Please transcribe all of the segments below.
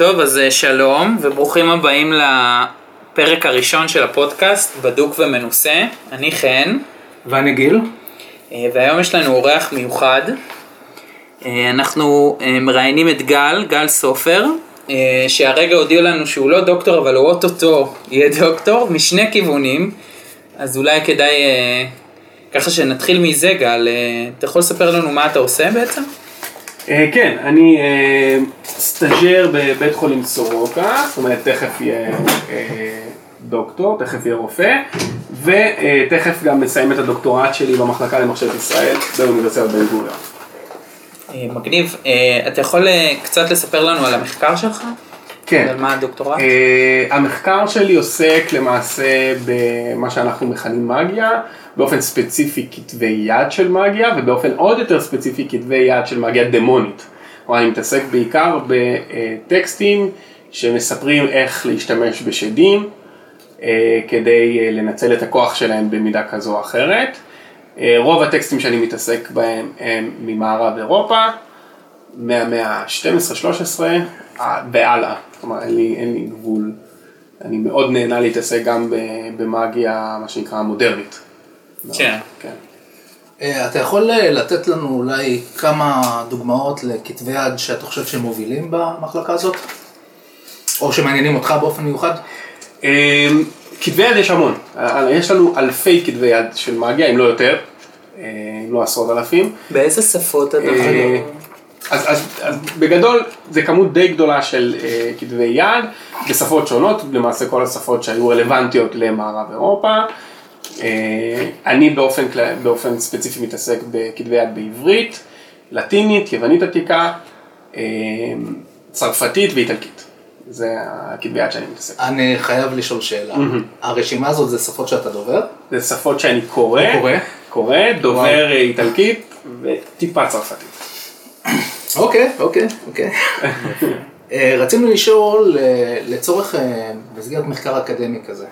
טוב, אז שלום וברוכים הבאים לפרק הראשון של הפודקאסט, בדוק ומנוסה. אני חן. ואני גיל. והיום יש לנו אורח מיוחד. אנחנו מראיינים את גל סופר, שהרגע הודיעו לנו שהוא לא דוקטור, אבל הוא אוטוטו יהיה דוקטור משני כיוונים. אז אולי כדאי, ככה שנתחיל מזה, גל, אתה יכול לספר לנו מה אתה עושה בעצם? כן, אני סטאג'ר בבית חולים סורוקה, זאת אומרת תכף יהיה דוקטור, תכף יהיה רופא, ותכף גם מסיים את הדוקטורט שלי במחלקה למחשבת ישראל באוניברסיטת בן גוריון. מגניב. אתה יכול קצת לספר לנו על המחקר שלך? כן. על מה הדוקטורט? המחקר שלי עוסק למעשה במה שאנחנו מכנים מגיה, באופן ספציפי כתבי יד של מגיה, ובאופן עוד יותר ספציפי כתבי יד של מגיה דמונית. אני מתעסק בעיקר בטקסטים שמספרים איך להשתמש בשדים, כדי לנצל את הכוח שלהם במידה כזו או אחרת. רוב הטקסטים שאני מתעסק בהם הם ממערב אירופה, מהמאה ה-12-13 והלאה. כלומר, אין לי גבול. אני מאוד נהנה להתעסק גם במאגיה, מה שנקרא, מודרנית. כן. אתה יכול לתת לנו אולי כמה דוגמאות לכתבי יד שאתה חושב שהם מובילים במחלקה הזאת? או שמעניינים אותך באופן מיוחד? כתבי יד יש המון. יש לנו אלפי כתבי יד של מאגיה, אם לא יותר, אם לא עשרות אלפים. באיזה שפות אתה יכול? אז בגדול זה כמות די גדולה של כתבי יד בשפות שונות, למעשה כל השפות שהיו רלוונטיות למערב אירופה. אני באופן ספציפי מתעסק בכתבי יד בעברית, לטינית, יוונית עתיקה, צרפתית ואיטלקית. זה הכתבי יד שאני מתעסק. אני חייב לשאול שאלה. הרשימה הזאת זה שפות שאתה דובר? זה שפות שאני קורא, דובר איטלקית וטיפה צרפתית. אוקיי. רצינו לשאול לצורך מסגרת מחקר אקדמי כזה.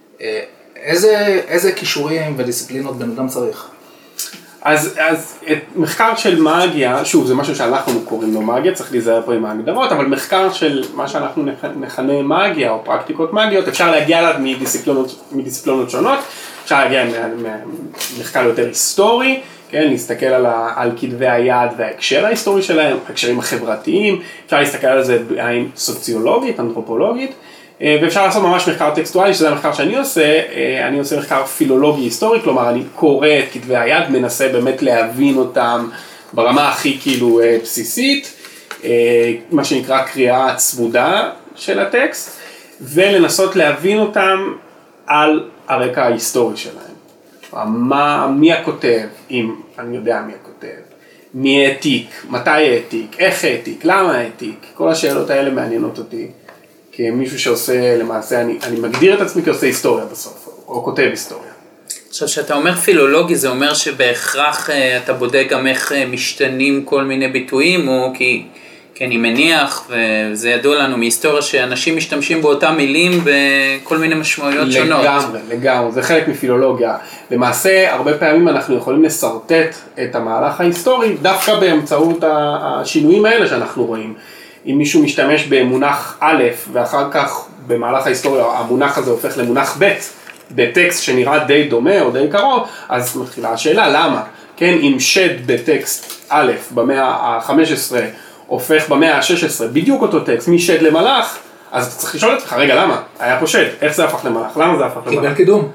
איזה כישורים ודיסציפלינות בן אדם צריך? אז מחקר של מאגיה, שוב זה משהו שאנחנו קוראים לו מאגיה, צריך להיזהר פה עם ההגדרות, אבל מחקר של מה שאנחנו נכנה מאגיה או פרקטיקות מאגיות, אפשר להגיע אליו מדיסציפלינות שונות, אפשר להגיע ממחקר יותר היסטורי, כן, להסתכל על כתבי היד וההקשר ההיסטורי שלהם, ההקשרים החברתיים, אפשר להסתכל על זה בעין סוציולוגית, אנתרופולוגית, ואפשר לעשות ממש מחקר טקסטואלי, שזה המחקר שאני עושה, אני עושה מחקר פילולוגי היסטורי, כלומר אני קורא את כתבי היד, מנסה באמת להבין אותם ברמה הכי כאילו בסיסית, מה שנקרא קריאה צמודה של הטקסט, ולנסות להבין אותם על הרקע ההיסטורי שלהם. מי הכותב, אם אני יודע מי הכותב, מי העתיק, מתי העתיק, איך העתיק, למה העתיק, כל השאלות האלה מעניינות אותי. כמישהו שעושה, למעשה, אני מגדיר את עצמי כעושה היסטוריה בסוף, או כותב היסטוריה. עכשיו, שאתה אומר פילולוגי, זה אומר שבהכרח אתה בודק גם איך משתנים כל מיני ביטויים, או כי אני מניח, וזה ידוע לנו מהיסטוריה, שאנשים משתמשים באותם מילים בכל מיני משמעויות שונות. לגמרי, זה חלק מפילולוגיה. למעשה, הרבה פעמים אנחנו יכולים לסרטט את המהלך ההיסטורי, דווקא באמצעות השינויים האלה שאנחנו רואים. אם מישהו משתמש במונח א' ואחר כך במהלך ההיסטוריה המונח הזה הופך למונח ב' בטקסט שנראה די דומה או די קרוב, אז מתחילה השאלה למה? כן, אם שד בטקסט א' במאה ה-15 הופך במאה ה-16 בדיוק אותו טקסט משד למלאך, אז אתה צריך לשאול את לך, רגע למה? היה פה שד, איך זה הפך למלאך? למה זה הפך למלאך? קיבל קידום.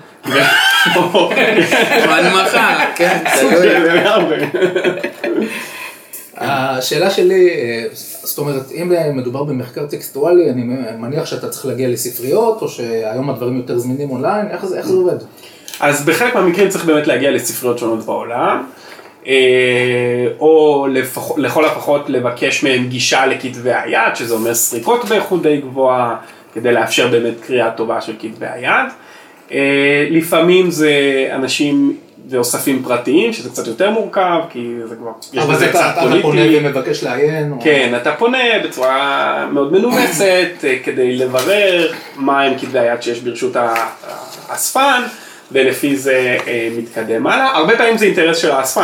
הנמכה, כן. השאלה שלי, זאת אומרת, אם מדובר במחקר טקסטואלי, אני מניח שאתה צריך להגיע לספריות, או שהיום הדברים יותר זמינים אונליין, איך זה עובד? אז בחלק מהמקרים צריך באמת להגיע לספריות שונות בעולם, או לכל הפחות לבקש מהם גישה לכתבי היד, שזה אומר סריקות באיכות די גבוהה, כדי לאפשר באמת קריאה טובה של כתבי היד. לפעמים זה אנשים ואוספים פרטיים, שזה קצת יותר מורכב, כי זה כבר, יש בזה קצת פוליטי. אתה פונה ומבקש לעיין? כן, אתה פונה בצורה מאוד מנומסת, כדי לברר מהם כתבי היד שיש ברשות האספן, ולפי זה מתקדם הלאה. הרבה פעמים זה אינטרס של האספן,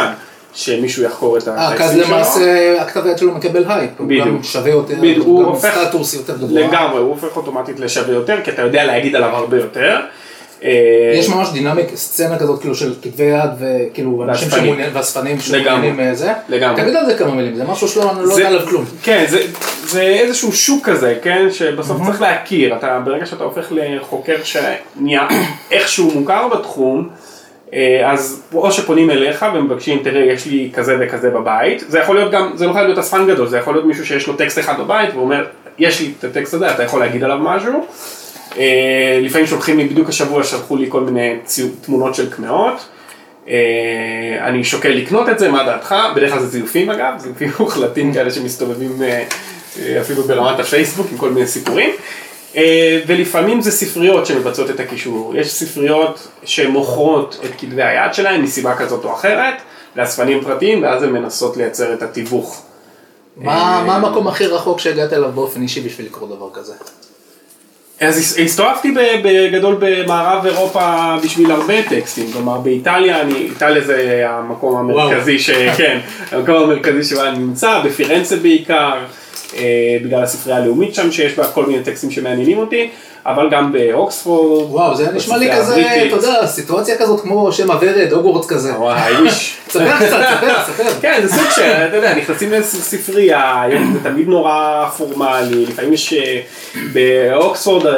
שמישהו יחקור את הטקסטים אז שלו. למעשה הכתב היד שלו מקבל הייפ, הוא גם שווה יותר, הוא גם סטטוס יותר גבוה. לגמרי, הוא הופך אוטומטית לשווה יותר, כי אתה יודע להגיד עליו הרבה יותר. יש ממש דינמיק, סצנה כזאת כאילו של כתבי יד וכאילו אנשים שמעוניינים והספנים שמעוניינים זה. לגמרי. תגיד על זה כמה מילים, זה משהו שלא יודע עליו כלום. כן, זה איזשהו שוק כזה, כן, שבסוף צריך להכיר. ברגע שאתה הופך לחוקר שנהיה איכשהו מוכר בתחום, אז או שפונים אליך ומבקשים, תראה, יש לי כזה וכזה בבית. זה יכול להיות גם, זה לא יכול להיות אספן גדול, זה יכול להיות מישהו שיש לו טקסט אחד בבית ואומר, יש לי את הטקסט הזה, אתה יכול להגיד עליו משהו. לפעמים שולחים לי, בדיוק השבוע שלחו לי כל מיני תמונות של קמאות. אני שוקל לקנות את זה, מה דעתך? בדרך כלל זה זיופים אגב, זיופים מוחלטים כאלה שמסתובבים אפילו ברמת הפייסבוק עם כל מיני סיפורים. ולפעמים זה ספריות שמבצעות את הקישור. יש ספריות שמוכרות את כתבי היד שלהם מסיבה כזאת או אחרת, לאספנים פרטיים, ואז הן מנסות לייצר את התיווך. מה המקום הכי רחוק שהגעת אליו באופן אישי בשביל לקרוא דבר כזה? אז הסתובבתי בגדול במערב אירופה בשביל הרבה טקסטים, כלומר באיטליה, איטליה זה המקום המרכזי כן, המקום המרכזי שבו אני נמצא, בפירנצה בעיקר, בגלל הספרייה הלאומית שם שיש בה כל מיני טקסטים שמעניינים אותי, אבל גם באוקספורד. וואו, זה נשמע לי כזה, אתה יודע, סיטואציה כזאת כמו שם הוורד, הוגוורטס כזה. וואי, איש. ספר קצת, ספר. כן, זה סוג אתה יודע, נכנסים לספרייה, זה תמיד נורא פורמלי, לפעמים יש באוקספורד,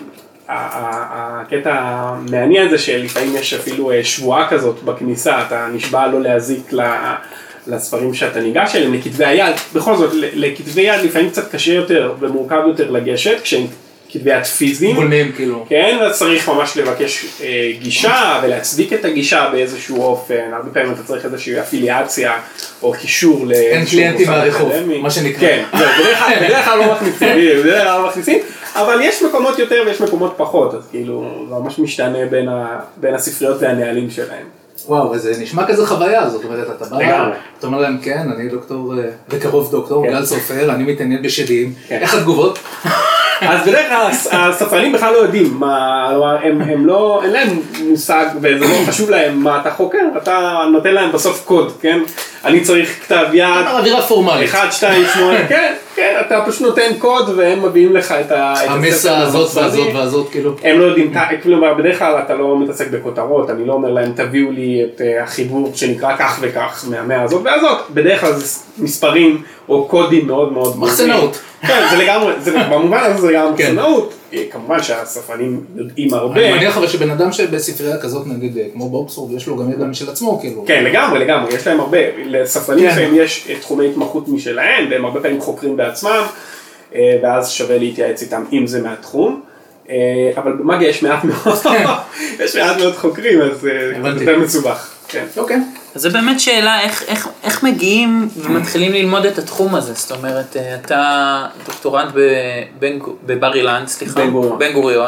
הקטע המעניין זה שלפעמים יש אפילו שבועה כזאת בכניסה, אתה נשבע לא להזיק לספרים שאתה ניגש אליהם, לכתבי היד. בכל זאת, לכתבי יד לפעמים קצת קשה יותר ומורכב יותר לגשת, כשהם כתבי יד פיזיים. גולמים כאילו. כן, אז צריך ממש לבקש גישה ולהצדיק את הגישה באיזשהו אופן. הרבה פעמים אתה צריך איזושהי אפיליאציה או קישור אין קליינטים מהרחוב, מה שנקרא. כן, בדרך כלל לא מכניסים, אבל יש מקומות יותר ויש מקומות פחות, אז כאילו זה ממש משתנה בין הספריות והנהלים שלהם. וואו, וזה נשמע כזה חוויה, זאת אומרת, אתה בא, אתה אומר להם, כן, אני דוקטור, בקרוב דוקטור, גל סופר, אני מתעניין בשדים, איך התגובות? אז בדרך כלל הספרנים בכלל לא יודעים, אין להם מושג וזה לא חשוב להם מה אתה חוקר, אתה נותן להם בסוף קוד, כן? אני צריך כתב יד, אווירה פורמלית, 1, 2, 8, כן, אתה פשוט נותן קוד והם מביאים לך את המסה הזאת והזאת, כאילו. הם לא יודעים, כלומר בדרך כלל אתה לא מתעסק בכותרות, אני לא אומר להם תביאו לי את החיבור שנקרא כך וכך מהמאה הזאת והזאת, בדרך כלל זה מספרים או קודים מאוד מאוד מחסנאות. כן, זה לגמרי, במובן הזה זה גם מחסנאות, כמובן שהספרנים יודעים הרבה. אני מניח אבל שבן אדם שבספרייה כזאת נגיד כמו באוקספורד יש לו גם ידע משל עצמו כאילו. כן, לגמרי, יש להם הרבה, לספרנים שלהם יש תחומי התמחות משלהם והם הרבה פעמים חוקרים בעצמם ואז שווה להתייעץ איתם אם זה מהתחום, אבל במאגיה יש מעט מאוד חוקרים אז זה יותר מסובך. אוקיי. אז זה באמת שאלה איך מגיעים ומתחילים ללמוד את התחום הזה, זאת אומרת, אתה דוקטורנט בבר אילן, סליחה, בן גוריון,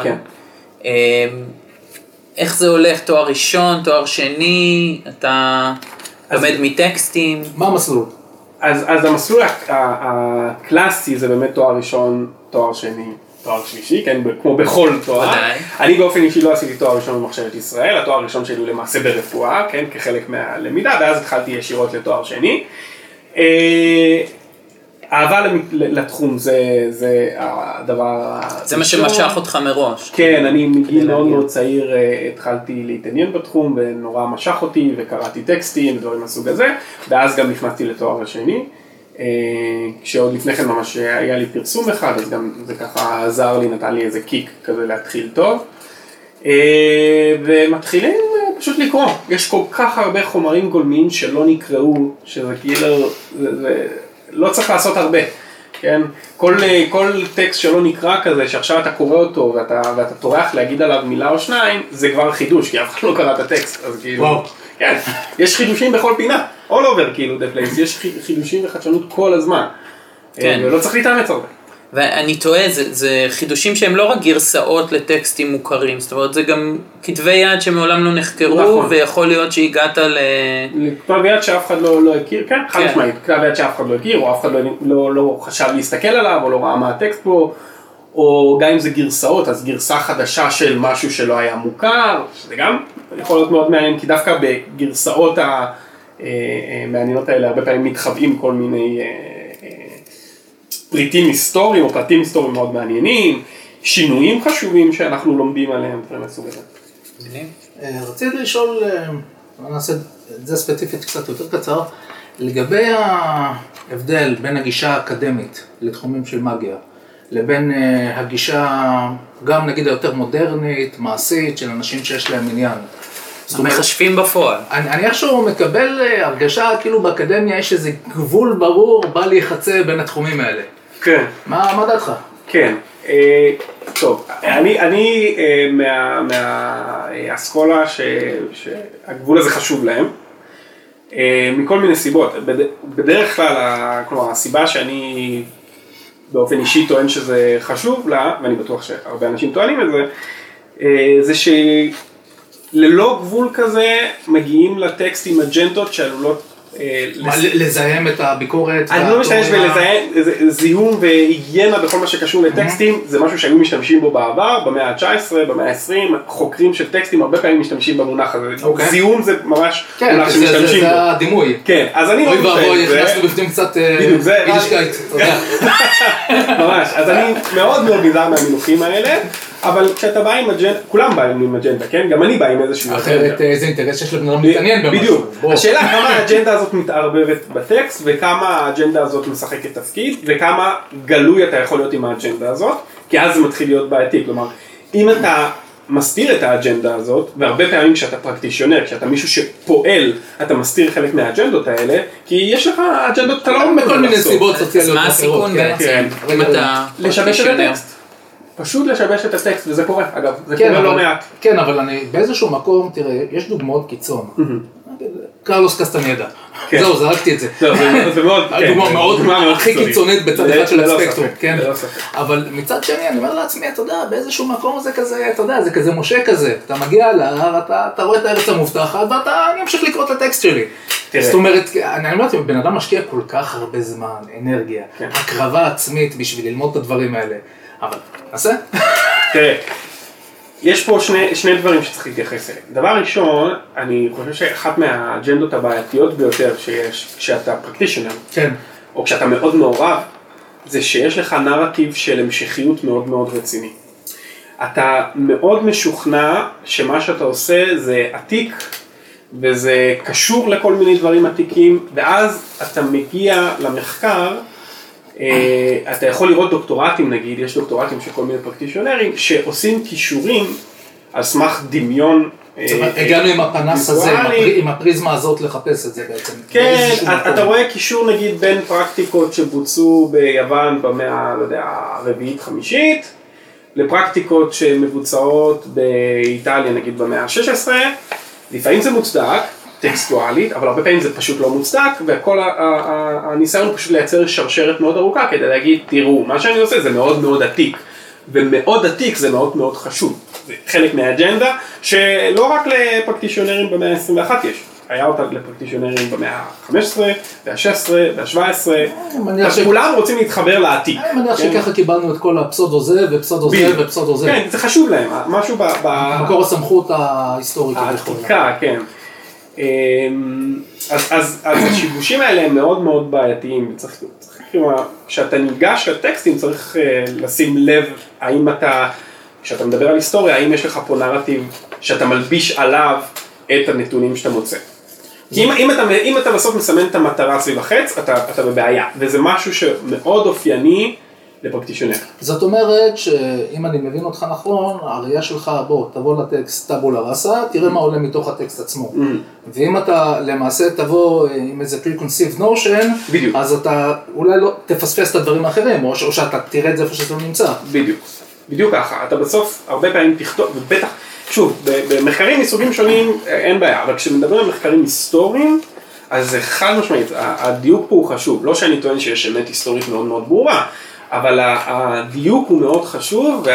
איך זה הולך, תואר ראשון, תואר שני, אתה לומד מטקסטים? מה המסלול? אז המסלול הקלאסי זה באמת תואר ראשון, תואר שני, תואר שלישי, כן, כמו בכל תואר. אני באופן אישי לא עשיתי תואר ראשון במחשבת ישראל, התואר הראשון שלי הוא למעשה ברפואה, כן, כחלק מהלמידה, ואז התחלתי ישירות לתואר שני. אהבה לתחום זה הדבר... זה מה שמשך אותך מראש. כן, אני מגיל מאוד מאוד צעיר התחלתי להתעניין בתחום, ונורא משך אותי, וקראתי טקסטים ודברים מהסוג הזה, ואז גם נכנסתי לתואר השני. כשעוד לפני כן ממש היה לי פרסום אחד, אז גם זה ככה עזר לי, נתן לי איזה קיק כזה להתחיל טוב. ומתחילים פשוט לקרוא. יש כל כך הרבה חומרים גולמיים שלא נקראו, שזה כאילו, לא צריך לעשות הרבה. כן? כל טקסט שלא נקרא כזה, שעכשיו אתה קורא אותו ואתה טורח להגיד עליו מילה או שניים, זה כבר חידוש, כי אף אחד לא קרא את הטקסט. אז כאילו, כן, יש חידושים בכל פינה. all over כאילו the place, יש חידושים וחדשנות כל הזמן, כן. ולא צריך להתאמץ הרבה. ואני טועה, זה חידושים שהם לא רק גרסאות לטקסטים מוכרים, זאת אומרת זה גם כתבי יד שמעולם לא נחקרו, נכון. ויכול להיות שהגעת לכתב יד שאף אחד לא הכיר, כן, חד משמעית, כתב יד שאף אחד לא הכיר, או אף אחד לא חשב להסתכל עליו, או לא ראה מה הטקסט פה, או גם אם זה גרסאות, אז גרסה חדשה של משהו שלא היה מוכר, שזה גם יכול להיות מאוד מעניין, כי דווקא בגרסאות המעניינות האלה הרבה פעמים מתחבאים כל מיני פריטים היסטוריים או פרטים היסטוריים מאוד מעניינים, שינויים חשובים שאנחנו לומדים עליהם, דברים מסוג הזה. רציתי לשאול, נעשה את זה ספציפית קצת יותר קצר, לגבי ההבדל בין הגישה האקדמית לתחומים של מגיה, לבין הגישה גם נגיד היותר מודרנית, מעשית, של אנשים שיש להם עניין. המחשבים בפועל. אני איכשהו מקבל הרגשה כאילו באקדמיה יש איזה גבול ברור, בא להיחצה בין התחומים האלה. כן. מה דעתך? כן. טוב, אני מהאסכולה שהגבול הזה חשוב להם, מכל מיני סיבות. בדרך כלל, כלומר, הסיבה שאני באופן אישי טוען שזה חשוב לה, ואני בטוח שהרבה אנשים טוענים את זה, זה שללא גבול כזה מגיעים לטקסט עם אג'נדות שעלולות לזהם את הביקורת. אני לא משתמש בלזהם, זיהום והיגיינה בכל מה שקשור לטקסטים, זה משהו שהיו משתמשים בו בעבר, במאה ה-19, במאה ה-20, חוקרים של טקסטים הרבה פעמים משתמשים במונח הזה. זיהום זה ממש מונח שמשתמשים בו. זה הדימוי. כן, אז אני לא משתמש בזה. אוי ואבוי, הכנסנו בפנים קצת יידישקייט, תודה. ממש, אז אני מאוד מאוד נזהר מהמינוחים האלה. אבל כשאתה בא עם אג'נדה, כולם באים עם אג'נדה, כן? גם אני בא עם איזשהו אג'נדה. אחרת איזה אינטרס שיש לבן אדם להתעניין במשהו. בדיוק. השאלה כמה האג'נדה הזאת מתערבבת בטקסט, וכמה האג'נדה הזאת משחקת תפקיד, וכמה גלוי אתה יכול להיות עם האג'נדה הזאת, כי אז זה מתחיל להיות בעייתי. כלומר, אם אתה מסתיר את האג'נדה הזאת, והרבה פעמים כשאתה פרקטישיונר, כשאתה מישהו שפועל, אתה מסתיר חלק מהאג'נדות האלה, כי יש לך אג'נדות, אתה לא מכל מיני סיבות סוציאליות. אז מה הסיכון בעצם? אם אתה לשבש את הטקסט. פשוט לשבש את הטקסט, וזה קורה, אגב, זה קורה לא מעט. כן, אבל אני באיזשהו מקום, תראה, יש דוגמאות קיצון. קרלוס קסטניידה. זהו, זרקתי את זה. זה מאוד, הדוגמה מאוד הכי קיצונית בצד אחד של הספקטרום, כן? ללא ספק. אבל מצד שני, אני אומר לעצמי, אתה יודע, באיזשהו מקום זה כזה, אתה יודע, זה כזה משה כזה. אתה מגיע להר, אתה רואה את הארץ המובטחת, אני אמשיך לקרוא את הטקסט שלי. זאת אומרת, אני אומרת, בן אדם משקיע כל כך הרבה זמן, אנרגיה, הקרבה עצמית בשביל ללמוד את הדברים האלה. אבל, נעשה? תראה, יש פה שני דברים שצריך להתייחס אליהם. דבר ראשון, אני חושב שאחת מהאג'נדות הבעייתיות ביותר שיש כשאתה פרקטישיונר, כן. או כשאתה מאוד מעורב, זה שיש לך נרטיב של המשכיות מאוד מאוד רציני. אתה מאוד משוכנע שמה שאתה עושה זה עתיק, וזה קשור לכל מיני דברים עתיקים, ואז אתה מגיע למחקר, אתה יכול לראות דוקטורטים, נגיד, יש דוקטורטים של כל מיני פרקטישיונרים, שעושים קישורים על סמך דמיון. הגענו עם הפנס הזה, עם הפריזמה הזאת לחפש את זה בעצם. כן, אתה רואה קישור נגיד בין פרקטיקות שבוצעו ביוון במאה, לא יודע, הרביעית חמישית, לפרקטיקות שמבוצעות באיטליה נגיד במאה ה-16, לפעמים זה מוצדק, טקסטואלית, אבל הרבה פעמים זה פשוט לא מוצדק, וכל הניסיון פשוט לייצר שרשרת מאוד ארוכה כדי להגיד, תראו, מה שאני עושה זה מאוד מאוד עתיק, ומאוד עתיק זה מאוד מאוד חשוב. זה חלק מהאג'נדה שלא רק לפרקטישיונרים במאה ה-21 יש, היה אותה לפרקטישיונרים במאה ה-15, וה-16, וה-17, אז כולם רוצים להתחבר לעתיק. אני מניח שככה קיבלנו את כל הפסודו זה, ופסודו זה, ופסודו זה. כן, זה חשוב להם, משהו במקור הסמכות ההיסטורית. העתיקה, כן. אז השיבושים האלה הם מאוד מאוד בעייתיים, כשאתה ניגש לטקסטים צריך לשים לב האם אתה, כשאתה מדבר על היסטוריה, האם יש לך פה נרטיב שאתה מלביש עליו את הנתונים שאתה מוצא. אם אתה בסוף מסמן את המטרה סביב החץ, אתה בבעיה, וזה משהו שמאוד אופייני לפרקטישיונר. זאת אומרת שאם אני מבין אותך נכון, הראייה שלך, בוא, תבוא לטקסט טבולה ראסה, תראה מה עולה מתוך הטקסט עצמו. ואם אתה למעשה תבוא עם איזה preconceived notion, אז אתה אולי לא תפספס את הדברים האחרים, או שאתה תראה את זה איפה שזה לא נמצא. בדיוק ככה. אתה בסוף הרבה פעמים תכתוב, ובטח, שוב, במחקרים מסוגים שונים אין בעיה, אבל כשמדברים על מחקרים היסטוריים, אז זה חד משמעית, הדיוק פה הוא חשוב. לא שאני טוען שיש אמת היסטורית מאוד מאוד ברורה, אבל הדיוק הוא מאוד חשוב,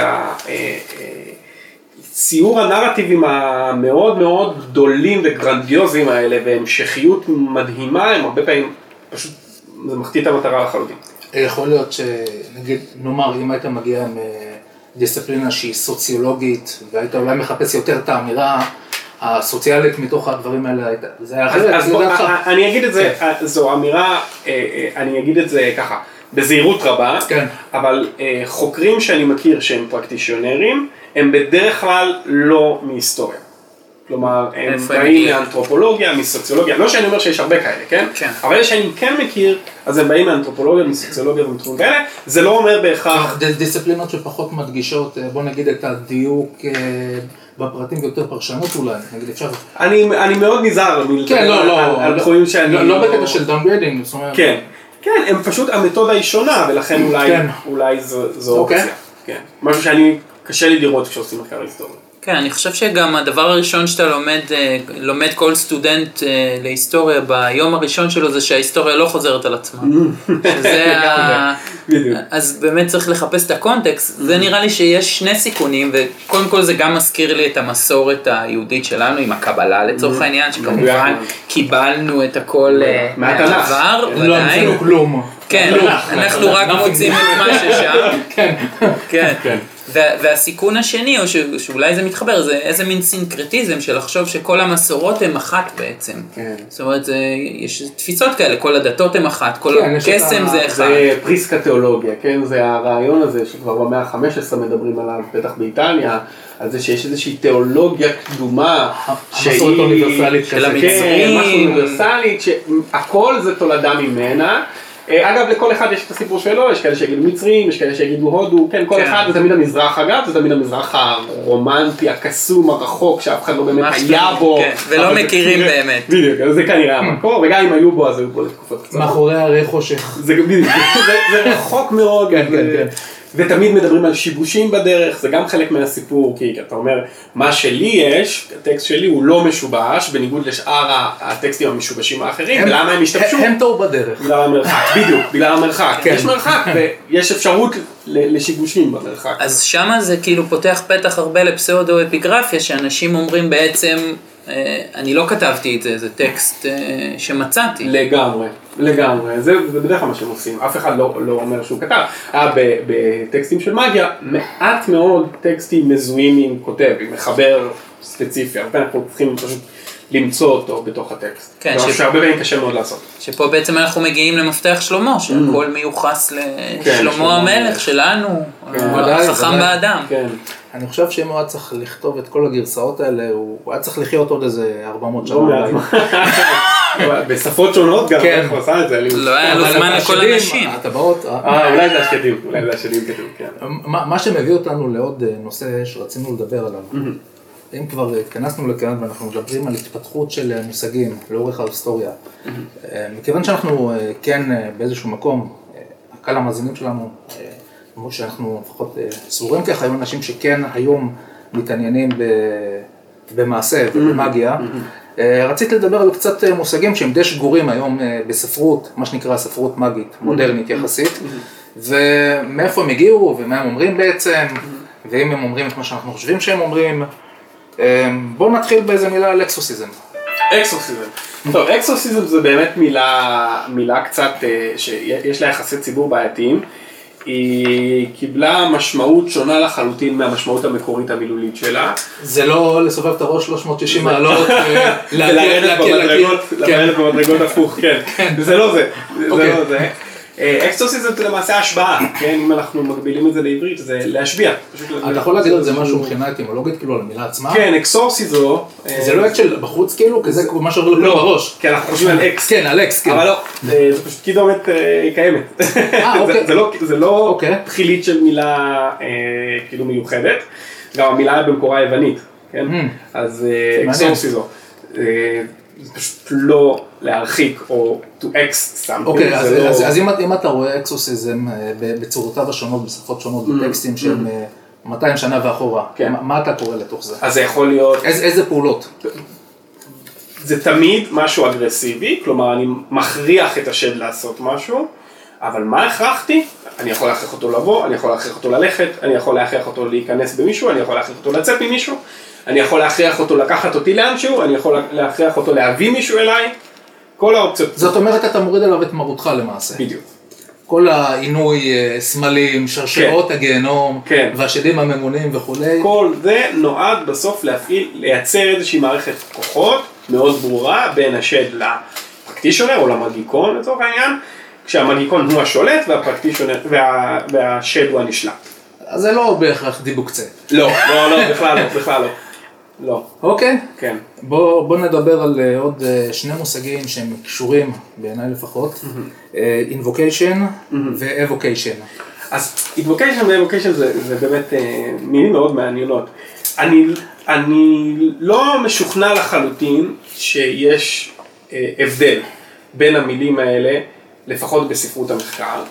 והציור הנרטיבים המאוד מאוד גדולים וגרנדיוזיים האלה, והמשכיות מדהימה, הם הרבה פעמים פשוט, זה מחטיא את המטרה לחלוטין. יכול להיות שנגיד, נאמר, אם היית מגיע עם דיסציפלינה שהיא סוציולוגית, והיית אולי מחפש יותר את האמירה הסוציאלית מתוך הדברים האלה, זה היה אחרת. אז אני אגיד את זה, זו אמירה, אני אגיד את זה ככה, בזהירות רבה, אבל חוקרים שאני מכיר שהם פרקטישיונרים, הם בדרך כלל לא מהיסטוריה. כלומר, הם באים מאנתרופולוגיה, מסוציולוגיה, לא שאני אומר שיש הרבה כאלה, כן? אבל אלה שאני כן מכיר, אז הם באים מאנתרופולוגיה, מסוציולוגיה ומתחומים כאלה, זה לא אומר בהכרח... דיסציפלינות שפחות מדגישות, בוא נגיד את הדיוק בפרטים ויותר פרשנות אולי, נגיד אפשר... אני מאוד נזהר על תחומים שאני... לא בקטע של דאונגריידינג, זאת אומרת... כן, הם פשוט המתודה היא שונה, ולכן אולי זו אופציה. משהו שאני קשה לי לראות כשעושים מחקר היסטורי. כן, אני חושב שגם הדבר הראשון שאתה לומד כל סטודנט להיסטוריה ביום הראשון שלו זה שההיסטוריה לא חוזרת על עצמה. אז באמת צריך לחפש את הקונטקסט. זה נראה לי שיש שני סיכונים, וקודם כל זה גם מזכיר לי את המסורת היהודית שלנו עם הקבלה לצורך העניין, שכמובן קיבלנו את הכל מהעבר. לא עשינו כלום. כן, אנחנו רק מוצאים את מה ששם. כן. והסיכון השני, או שאולי זה מתחבר, זה איזה מין סינקרטיזם של לחשוב שכל המסורות הן אחת בעצם. זאת אומרת, יש תפיסות כאלה, כל הדתות הן אחת, כל הקסם זה אחד. זה פריסקה תיאולוגיה, כן? זה הרעיון הזה שכבר במאה ה-15 מדברים עליו, בטח באיטליה, על זה שיש איזושהי תיאולוגיה קדומה, המסורת אוניברסלית של המצרים, משהו אוניברסלית, שהכל זה תולדה ממנה. אגב, לכל אחד יש את הסיפור שלו, יש כאלה שיגידו מצרים, יש כאלה שיגידו הודו, כן, כל אחד זה תמיד המזרח, אגב, זה תמיד המזרח הרומנטי, הקסום, הרחוק, שאף אחד לא באמת היה בו. ולא מכירים באמת. בדיוק, זה כנראה המקור, וגם אם היו בו, אז היו בו לתקופות קצת. מאחורי הרי חושך. זה רחוק מאוד, ותמיד מדברים על שיבושים בדרך, זה גם חלק מהסיפור, כי אתה אומר, מה שלי יש, הטקסט שלי הוא לא משובש, בניגוד לשאר הטקסטים המשובשים האחרים, ולמה הם השתמשו? הם טעו בדרך. בגלל המרחק, בדיוק, בגלל המרחק. יש מרחק, ויש אפשרות לשיבושים במרחק. אז שמה זה כאילו פותח פתח הרבה לפסאודו-אפיגרפיה, שאנשים אומרים בעצם, אני לא כתבתי את זה, זה טקסט שמצאתי. לגמרי, זה בדרך כלל מה שהם עושים, אף אחד לא אומר שהוא כתב. בטקסטים של מגיה, מעט מאוד טקסטים מזוהים עם כותב, עם מחבר ספציפי, הרבה אנחנו צריכים פשוט למצוא אותו בתוך הטקסט. כן, שהרבה פעמים קשה מאוד לעשות. שפה בעצם אנחנו מגיעים למפתח שלמה, שהכל מיוחס לשלמה המלך שלנו, החכם באדם. אני חושב שאם הוא היה צריך לכתוב את כל הגרסאות האלה, הוא היה צריך לחיות עוד איזה 400 שנה. בשפות שונות גם, איך הוא עשה את זה? לא היה לו זמן לכל אנשים. הטבעות. אולי זה השדים כתוב, כן. מה שמביא אותנו לעוד נושא שרצינו לדבר עליו. אם כבר התכנסנו לכאן ואנחנו מדברים על התפתחות של מושגים לאורך ההיסטוריה, מכיוון שאנחנו כן באיזשהו מקום, הקהל המאזינים שלנו, כמו שאנחנו לפחות סבורים ככה, היו אנשים שכן היום מתעניינים במעשה ובמאגיה, רציתי לדבר על קצת מושגים שהם די שגורים היום בספרות, מה שנקרא ספרות מאגית, מודרנית יחסית, ומאיפה הם הגיעו ומה הם אומרים בעצם, ואם הם אומרים את מה שאנחנו חושבים שהם אומרים. בואו נתחיל באיזה מילה על אקסורסיזם. אקסורסיזם. טוב, אקסורסיזם זה באמת מילה קצת שיש לה יחסי ציבור בעייתיים. היא קיבלה משמעות שונה לחלוטין מהמשמעות המקורית המילולית שלה. זה לא לסובב את הראש 360 מעלות, לרדת במדרגות הפוך, כן. זה לא זה. אקסורסיזם זה למעשה השבעה, כן? אם אנחנו מגבילים את זה לעברית, זה להשביע. אתה יכול להגיד על זה משהו מבחינה אטימולוגית, כאילו על המילה עצמה? כן, אקסורסיזו. זה לא אקס של בחוץ כאילו? כי זה מה שעובר לכם בראש. כי אנחנו חושבים על אקס. כן, על אקס, כן. אבל לא, זה פשוט קידומת קיימת. אוקיי. זה לא תחילית של מילה כאילו מיוחדת, גם המילה במקורה היוונית, כן? אז אקסורסיזו. זה פשוט לא להרחיק או to X something. אוקיי, אז אם אתה רואה אקסורסיזם בצורותיו השונות, בשפות שונות, בטקסטים שהם 200 שנה ואחורה, מה אתה קורא לתוך זה? אז זה יכול להיות... איזה פעולות? זה תמיד משהו אגרסיבי, כלומר אני מכריח את השד לעשות משהו, אבל מה הכרחתי? אני יכול להכריח אותו לבוא, אני יכול להכריח אותו ללכת, אני יכול להכריח אותו להיכנס במישהו, אני יכול להכריח אותו לצאת ממישהו, אני יכול להכריח אותו לקחת אותי לאנשהו, אני יכול להכריח אותו להביא מישהו אליי, כל האופציות. זאת אומרת, אתה מוריד עליו את מרותך למעשה. בדיוק. כל העינוי סמלים, שרשרות הגיהנום, והשדים הממונים וכולי. כל זה נועד בסוף לייצר איזושהי מערכת כוחות מאוד ברורה בין השד לפרקטישונר או למגיקון לצורך העניין, כשהמגיקון הוא השולט והשד הוא הנשלט. אז זה לא בהכרח דיבוק קצה. לא, בכלל לא. אוקיי. כן. בוא נדבר על עוד שני מושגים שהם קשורים, בעיניי לפחות, invocation ו-evocation. אז invocation ו-evocation זה באמת מילים מאוד מעניינות. אני לא משוכנע לחלוטין שיש הבדל בין המילים האלה, לפחות בספרות המחקר.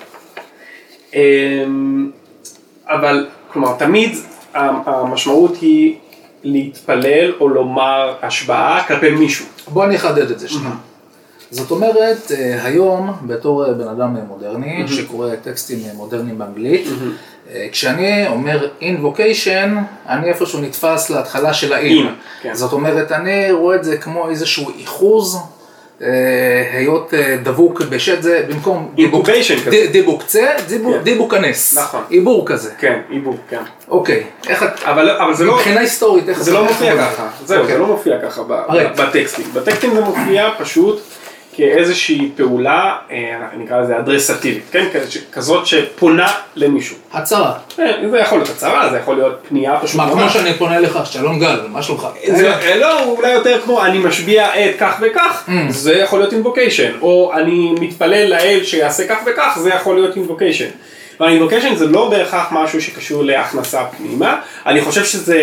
אבל, כלומר, תמיד המשמעות היא להתפלל או לומר השבעה כלפי מישהו. בוא אני אחדד את זה שנייה. זאת אומרת, היום, בתור בן אדם מודרני, שקורא טקסטים מודרניים באנגלית, כשאני אומר invocation, אני איפשהו נתפס להתחלה של ה-in. זאת אומרת, אני רואה את זה כמו איזשהו איחוז, היות דבוק בשד זה, במקום דיבוק קצה, דיבוק כנס. נכון. עיבור כזה. כן, עיבור, כן. אוקיי. אבל זה לא... מבחינה היסטורית, איך זה לא מופיע ככה. זהו, זה לא מופיע ככה בטקסטים. בטקסטים זה מופיע פשוט כאיזושהי פעולה, נקרא לזה אדרסטיבית, כן? כזאת שפונה למישהו. הצהרה. זה יכול להיות הצהרה, זה יכול להיות פנייה פשוט. מה, כמו שאני פונה לך, שלום גל, מה שלומך? לא, אולי יותר כמו אני משביע את כך וכך, זה יכול להיות invocation, או אני מתפלל לאל שיעשה כך וכך, זה יכול להיות invocation. והinvocation זה לא בהכרח משהו שקשור להכנסה פנימה, אני חושב שזה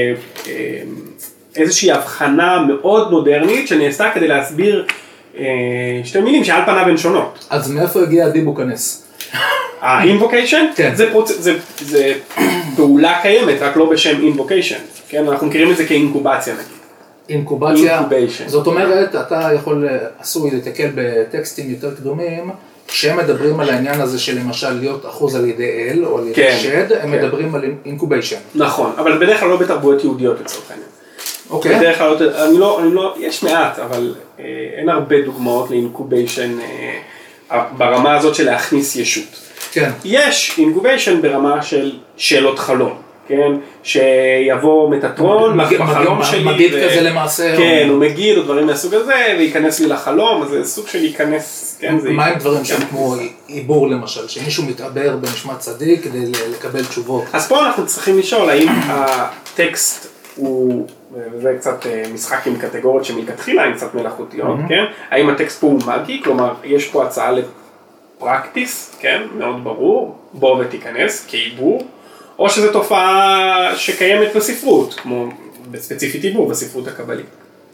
איזושהי הבחנה מאוד מודרנית שנעשתה כדי להסביר שתי מילים שעל פניו הן שונות. אז מאיפה הגיע דיבוק כנס? ה-invocation? כן. זה פעולה קיימת, רק לא בשם invocation. כן, אנחנו מכירים את זה כאינקובציה נגיד. אינקובציה, זאת אומרת, אתה יכול, עשוי לתקל בטקסטים יותר קדומים, כשהם מדברים על העניין הזה של למשל להיות אחוז על ידי אל או על ידי שד, הם מדברים על אינקוביישן. נכון, אבל בדרך כלל לא בתרבויות יהודיות לצורך העניין. אוקיי. בדרך כלל, אני לא, יש מעט, אבל אין הרבה דוגמאות לאינקוביישן ברמה הזאת של להכניס ישות. כן. יש אינקוביישן ברמה של שאלות חלום. כן, שיבוא מטאטרון בחלום שלי, מגיד כזה למעשה, כן, הוא מגיד או דברים מהסוג הזה, וייכנס לי לחלום, אז זה סוג של ייכנס, כן, זה... מה עם דברים שהם כמו עיבור למשל, שמישהו מתעבר במשמע צדיק כדי לקבל תשובות? אז פה אנחנו צריכים לשאול, האם הטקסט הוא, וזה קצת משחק עם קטגוריות שמלכתחילה הן קצת מלאכותיות, כן, האם הטקסט פה הוא מגי, כלומר, יש פה הצעה לפרקטיס, כן, מאוד ברור, בוא ותיכנס, כעיבור, או שזו תופעה שקיימת בספרות, כמו בספציפית עיבור בספרות הקבלית.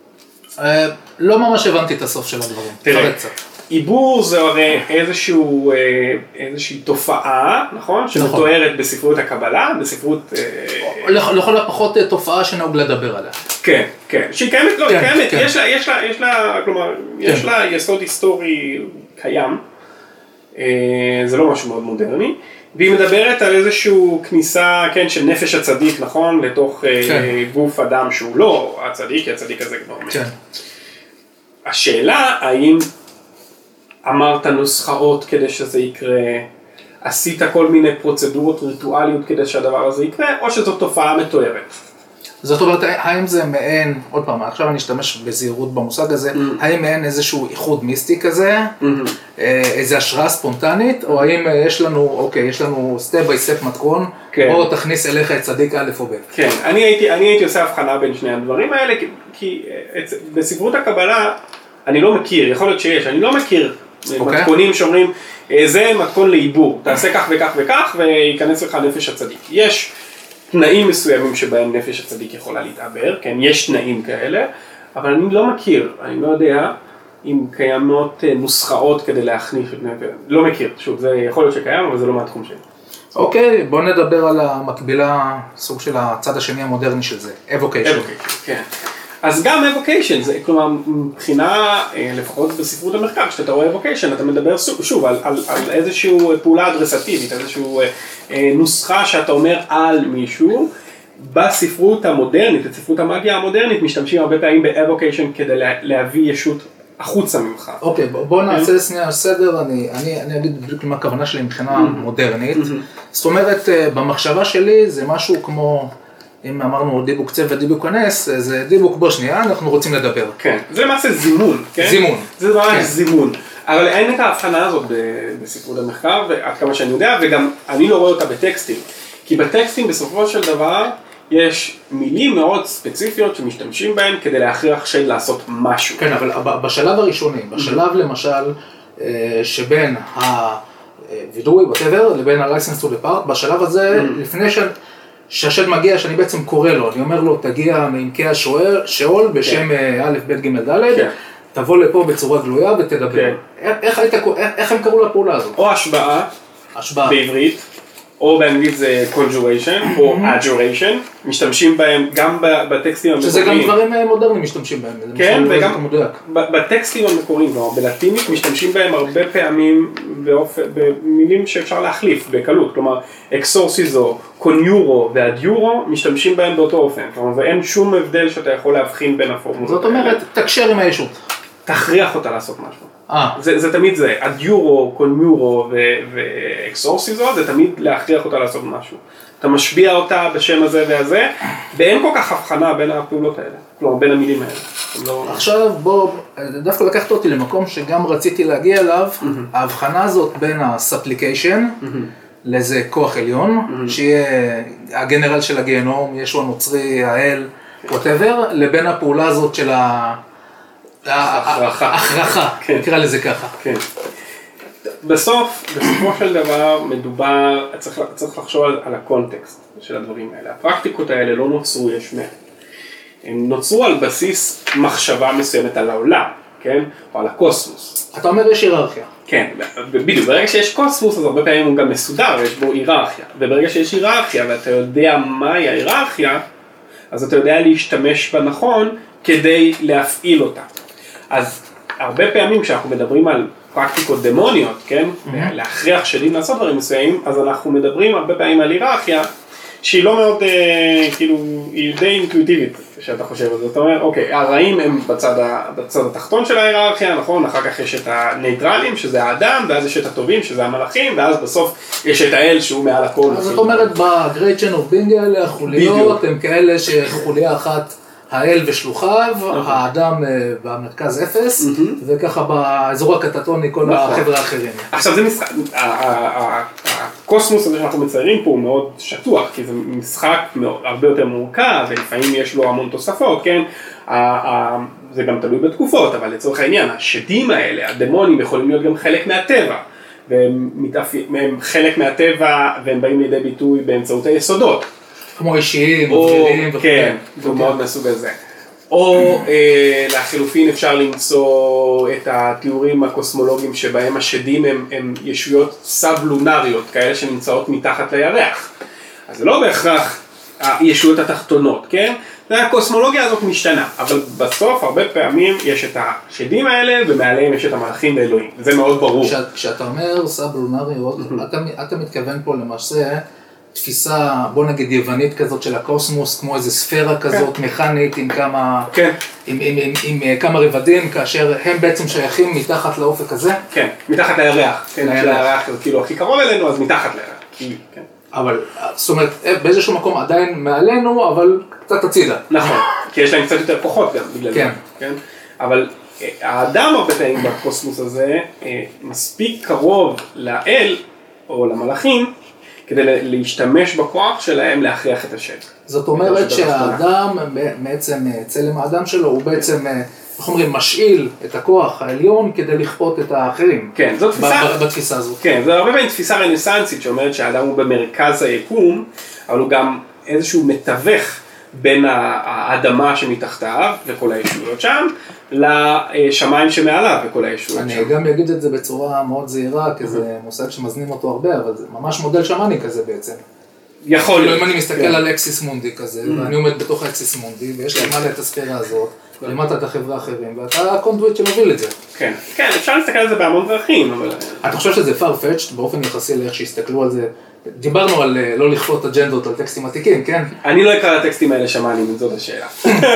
לא ממש הבנתי את הסוף של הדברים. תראה, עיבור זה הרי איזושהי תופעה, נכון? שמתוארת בספרות הקבלה, בספרות... לכל הפחות תופעה שנהוג לדבר עליה. כן, כן. שהיא קיימת, לא, היא קיימת, יש לה, כלומר, יש לה יסוד היסטורי קיים. זה לא משהו מאוד מודרני. והיא מדברת על איזושהי כניסה, כן, של נפש הצדיק, נכון? לתוך גוף אדם שהוא לא הצדיק, כי הצדיק הזה כבר מת. השאלה, האם אמרת נוסחאות כדי שזה יקרה, עשית כל מיני פרוצדורות ריטואליות כדי שהדבר הזה יקרה, או שזו תופעה מתוארת? זאת אומרת, האם זה מעין, עוד פעם, עכשיו אני אשתמש בזהירות במושג הזה, האם מעין איזשהו איחוד מיסטי כזה, איזו השראה ספונטנית, או האם יש לנו, אוקיי, יש לנו סטפ ביי סטפ מתכון, או תכניס אליך את צדיק א' או ב'. כן, אני הייתי עושה הבחנה בין שני הדברים האלה, כי בספרות הקבלה אני לא מכיר, יכול להיות שיש, אני לא מכיר מתכונים שאומרים, זה מתכון לעיבור, תעשה כך וכך וכך וייכנס לך נפש הצדיק. יש תנאים מסוימים שבהם נפש הצדיק יכולה להתעבר, כן, יש תנאים כאלה, אבל אני לא מכיר, אני לא יודע אם קיימות נוסחאות כדי להכניס את נפש, לא מכיר, שוב, זה יכול להיות שקיים, אבל זה לא מהתחום שלי. אוקיי, בוא נדבר על המקבילה, סוג של הצד השני המודרני של זה, evocation. כן. אז גם evocation, זה כלומר מבחינה, לפחות בספרות המחקר, כשאתה רואה evocation, אתה מדבר שוב על איזושהי פעולה אדרסטיבית, איזושהי נוסחה שאתה אומר על מישהו, בספרות המודרנית, בספרות המאגיה המודרנית, משתמשים הרבה פעמים ב-evocation כדי להביא ישות החוצה ממך. אוקיי, בוא נעשה שנייה סדר, אני אגיד בדיוק מה הכוונה שלי מבחינה מודרנית. זאת אומרת, במחשבה שלי זה משהו כמו, אם אמרנו דיבוק צא ודיבוק כנס, זה דיבוק בוא שנייה, אנחנו רוצים לדבר. כן, זה למעשה זימון, כן? זימון. זה ממש זימון. אבל אין את ההבחנה הזאת בספרות המחקר, ועד כמה שאני יודע, וגם אני לא רואה אותה בטקסטים. כי בטקסטים בסופו של דבר, יש מילים מאוד ספציפיות שמשתמשים בהן כדי להכריח שד לעשות משהו. כן, אבל בשלב הראשוני, בשלב למשל שבין הווידוי, whatever, לבין ה-license to depart, בשלב הזה, לפני שהשד מגיע, שאני בעצם קורא לו, אני אומר לו, תגיע מעמקי השאול בשם א', ב', ג', ד', תבוא לפה בצורה גלויה ותדבר. איך הם קראו לפעולה הזאת? או השבעה, בעברית. או באנגלית זה conjuration או adjuration, משתמשים בהם גם בטקסטים המקוריים. שזה גם דברים מודרניים משתמשים בהם, כן, וגם בטקסטים המקוריים, בלטינית משתמשים בהם הרבה פעמים במילים שאפשר להחליף בקלות, כלומר אקסורסיזו, קוניורו והדיורו משתמשים בהם באותו אופן, כלומר ואין שום הבדל שאתה יכול להבחין בין הפורמולות. זאת אומרת, תקשר עם הישות. תכריח אותה לעשות משהו. זה תמיד זה, הדיורו, קוניורו ואקסורסיזו, זה תמיד להכריח אותה לעשות משהו. אתה משביע אותה בשם הזה והזה, ואין כל כך הבחנה בין הפעולות האלה, כלומר בין המילים האלה. עכשיו בוא, דווקא לקחת אותי למקום שגם רציתי להגיע אליו, ההבחנה הזאת בין הספליקיישן, לאיזה כוח עליון, שיהיה הגנרל של הגיהנום, ישו הנוצרי, האל, whatever, לבין הפעולה הזאת של ההכרחה, נקרא לזה ככה. כן. בסופו של דבר מדובר, צריך לחשוב על הקונטקסט של הדברים האלה. הפרקטיקות האלה לא נוצרו יש מאין. הם נוצרו על בסיס מחשבה מסוימת על העולם, כן? או על הקוסמוס. אתה אומר יש היררכיה. כן, בדיוק. ברגע שיש קוסמוס, אז הרבה פעמים הוא גם מסודר, יש בו היררכיה. וברגע שיש היררכיה ואתה יודע מהי ההיררכיה, אז אתה יודע להשתמש בנכון כדי להפעיל אותה. אז הרבה פעמים כשאנחנו מדברים על פרקטיקות דמוניות, כן? להכריח שדים לעשות דברים מסוימים, אז אנחנו מדברים הרבה פעמים על היררכיה, שהיא לא מאוד, כאילו, היא די אינטואיטיבית, שאתה חושב על זה. אתה אומר, אוקיי, הרעים הם בצד התחתון של ההיררכיה, נכון? אחר כך יש את הנייטרלים, שזה האדם, ואז יש את הטובים, שזה המלאכים, ואז בסוף יש את האל שהוא מעל הכל. אז זאת אומרת, ב-Great Chain of Being האלה, החוליות הם כאלה שחוליה אחת, האל ושלוחיו, האדם במרכז אפס, וככה באזור הקטטוני כל החבר'ה האחרים. עכשיו זה משחק, הקוסמוס הזה שאנחנו מציירים פה הוא מאוד שטוח, כי זה משחק הרבה יותר מורכב, ולפעמים יש לו המון תוספות, כן? זה גם תלוי בתקופות, אבל לצורך העניין, השדים האלה, הדמונים יכולים להיות גם חלק מהטבע, והם חלק מהטבע, והם באים לידי ביטוי באמצעות היסודות. כמו אישיים, מבחינים וכו'. כן, זה מאוד מסוג הזה. או לחילופין אפשר למצוא את התיאורים הקוסמולוגיים שבהם השדים הם ישויות סאב-לונריות, כאלה שנמצאות מתחת לירח. אז זה לא בהכרח הישויות התחתונות, כן? הקוסמולוגיה הזאת משתנה, אבל בסוף הרבה פעמים יש את השדים האלה ומעליהם יש את המלאכים ואלוהים. זה מאוד ברור. כשאתה אומר סאב-לונריות, אתה מתכוון פה למעשה תפיסה, בוא נגיד יוונית כזאת של הקוסמוס, כמו איזו ספירה כזאת מכנית עם כמה רבדים, כאשר הם בעצם שייכים מתחת לאופק הזה? כן, מתחת לירח. כן, הירח כאילו הכי קרוב אלינו, אז מתחת לירח. אבל, זאת אומרת, באיזשהו מקום עדיין מעלינו, אבל קצת הצידה. נכון, כי יש להם קצת יותר כוחות גם בגלל זה. כן. אבל האדם הרבה פעמים בקוסמוס הזה מספיק קרוב לאל או למלאכים, כדי להשתמש בכוח שלהם להכריח את השד. זאת אומרת שהאדם, בעצם צלם האדם שלו, הוא בעצם, איך אומרים, משאיל את הכוח העליון כדי לכפות את האחרים. כן, זו תפיסה. בתפיסה הזאת. כן, זו הרבה פעמים תפיסה רנסנסית שאומרת שהאדם הוא במרכז היקום, אבל הוא גם איזשהו מתווך בין האדמה שמתחתיו וכל הישויות שם, לשמיים שמעליו וכל הישויות שם. אני גם אגיד את זה בצורה מאוד זהירה, כי זה מושג שמזנים אותו הרבה, אבל זה ממש מודל שמאני כזה בעצם. יכול להיות. אם אני מסתכל על אקסיס מונדי כזה, ואני עומד בתוך אקסיס מונדי, ויש למעלה את הספירה הזאת, ולמטה את החברה האחרים, ואתה הקונדוויט שמוביל את זה. כן, כן, אפשר להסתכל על זה בהמון דרכים, אבל... אתה חושב שזה farfetched באופן יחסי לאיך שהסתכלו על זה? דיברנו על לא לכפות אג'נדות על טקסטים עתיקים, כן? אני לא אקרא לטקסטים האלה שמאנים, זאת השאלה.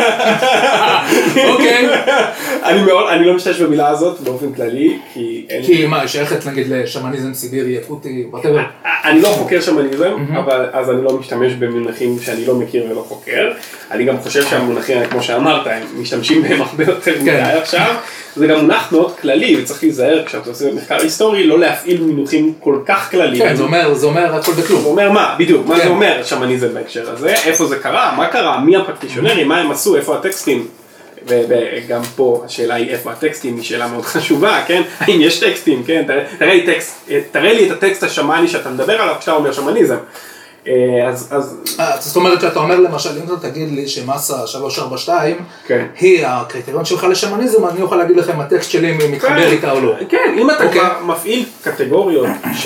אוקיי. אני לא משתמש במילה הזאת באופן כללי, כי... כי מה, היא שייכת נגיד לשמניזם סיבירי, יקוטי, whatever? אני לא חוקר שמניזם, אבל אז אני לא משתמש במונחים שאני לא מכיר ולא חוקר. אני גם חושב שהמונחים, כמו שאמרת, הם משתמשים בהם הרבה יותר מדי עכשיו. זה גם מונח מאוד כללי, וצריך להיזהר כשאתה עושה מחקר היסטורי, לא להפעיל מינוחים כל כך כלליים. כן, זה אומר הכל בכלום. זה אומר מה, בדיוק, מה זה אומר שמניזם בהקשר הזה, איפה זה קרה, מה קרה, מי הפרקטישונרים, מה הם עשו, איפה הטקסטים, וגם פה השאלה היא איפה הטקסטים, היא שאלה מאוד חשובה, כן, האם יש טקסטים, כן, תראה לי את הטקסט השמאני שאתה מדבר עליו כשאתה אומר שמניזם. זאת אומרת שאתה אומר למשל, אם אתה תגיד לי שמסה 342 היא הקריטריון שלך לשמניזם, אני אוכל להגיד לכם הטקסט שלי מתחבר איתה או לא. כן, אם אתה כבר מפעיל קטגוריות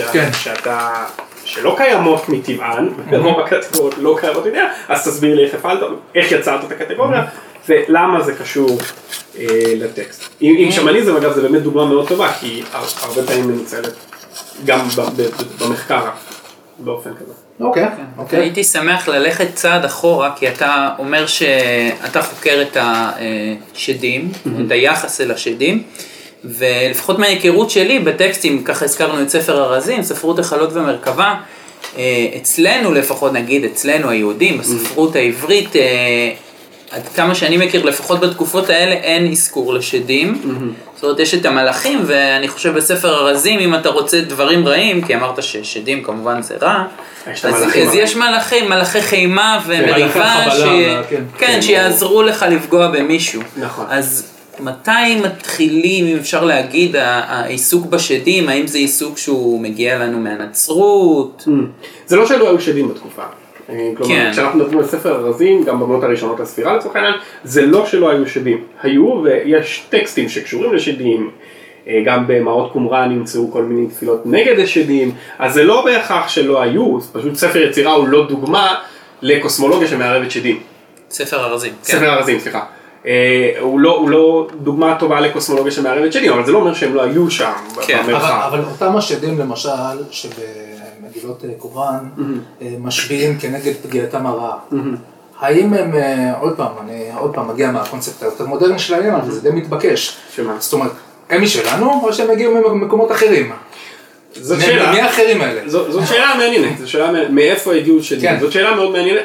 שלא קיימות מטבען, ורוב הקטגוריות לא קיימות מטבען, אז תסביר לי איך יצרת את הקטגוריה, ולמה זה קשור לטקסט. עם שמניזם, אגב, זה באמת דוגמה מאוד טובה, כי הרבה פעמים מנוצלת גם במחקר באופן כזה. אוקיי. הייתי שמח ללכת צעד אחורה, כי אתה אומר שאתה חוקר את השדים, את היחס אל השדים, ולפחות מההיכרות שלי בטקסטים, ככה הזכרנו את ספר הרזים, ספרות החלות ומרכבה, אצלנו לפחות, נגיד אצלנו היהודים, בספרות העברית, עד כמה שאני מכיר, לפחות בתקופות האלה, אין אזכור לשדים. זאת אומרת, יש את המלאכים, ואני חושב בספר הרזים, אם אתה רוצה דברים רעים, כי אמרת ששדים כמובן זה רע, אז יש מלאכי חימה ומריבה, שיעזרו לך לפגוע במישהו. אז מתי מתחילים, אם אפשר להגיד, העיסוק בשדים, האם זה עיסוק שהוא מגיע לנו מהנצרות? זה לא שלא היו שדים בתקופה. כלומר, כשאנחנו מדברים על ספר הרזים, גם במאות הראשונות לספירה לצורך העניין, זה לא שלא היו שדים. היו ויש טקסטים שקשורים לשדים, גם במעות קומראן נמצאו כל מיני תפילות נגד השדים, אז זה לא בהכרח שלא היו, פשוט ספר יצירה הוא לא דוגמה לקוסמולוגיה שמערבת שדים. ספר הרזים. ספר הרזים, סליחה. הוא לא דוגמה טובה לקוסמולוגיה שמערבת שדים, אבל זה לא אומר שהם לא היו שם במרחב. אבל אותם השדים למשל, מגילות קוראן משפיעים כנגד פגיעתם הרעה. האם הם, עוד פעם מגיע מהקונספט היותר מודרני של העניין, אבל זה די מתבקש. זאת אומרת, הם משלנו או שהם הגיעו ממקומות אחרים? זאת שאלה. מי האחרים האלה? זאת שאלה מעניינת, זאת שאלה מאיפה הגיעו שדים. זאת שאלה מאוד מעניינת.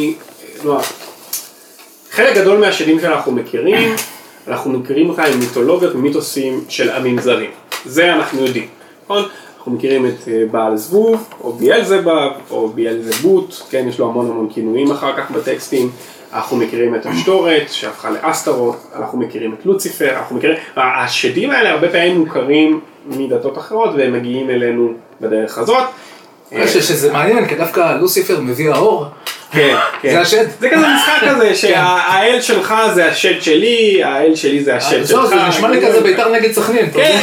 חלק גדול מהשדים שאנחנו מכירים, אנחנו מכירים אותם עם מיתולוגיות ומיתוסים של עמים זרים. זה אנחנו יודעים, נכון? אנחנו מכירים את בעל זבוב, או ביאלזבב, או ביאלזבוט, כן, יש לו המון כינויים אחר כך בטקסטים. אנחנו מכירים את השטורת, שהפכה לאסטרות, אנחנו מכירים את לוציפר, השדים האלה הרבה פעמים מוכרים מדתות אחרות, והם מגיעים אלינו בדרך הזאת. שזה מעניין, כי דווקא לוציפר מביא האור. כן. זה השד. זה כזה משחק כזה, שהאל שלך זה השד שלי, האל שלי זה השד שלך. זה נשמע לי כזה בית"ר נגד סכנין. כן.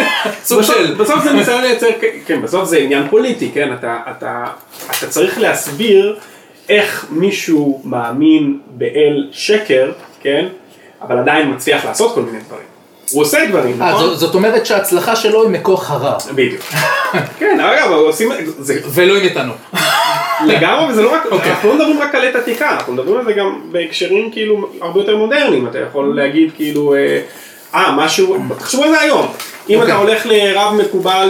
בסוף זה ניסיון לייצר, כן, בסוף זה עניין פוליטי, כן, אתה צריך להסביר איך מישהו מאמין באל שקר, כן, אבל עדיין מצליח לעשות כל מיני דברים. הוא עושה דברים, נכון? זאת אומרת שההצלחה שלו היא מכוח הרע. בדיוק. כן, אגב, עושים... ולא עם איתנו. לגמרי, וזה לא רק... אנחנו לא מדברים רק על עת עתיקה, אנחנו מדברים על זה גם בהקשרים כאילו הרבה יותר מודרניים. אתה יכול להגיד כאילו... משהו... תחשבו על זה היום. אם אתה הולך לרב מקובל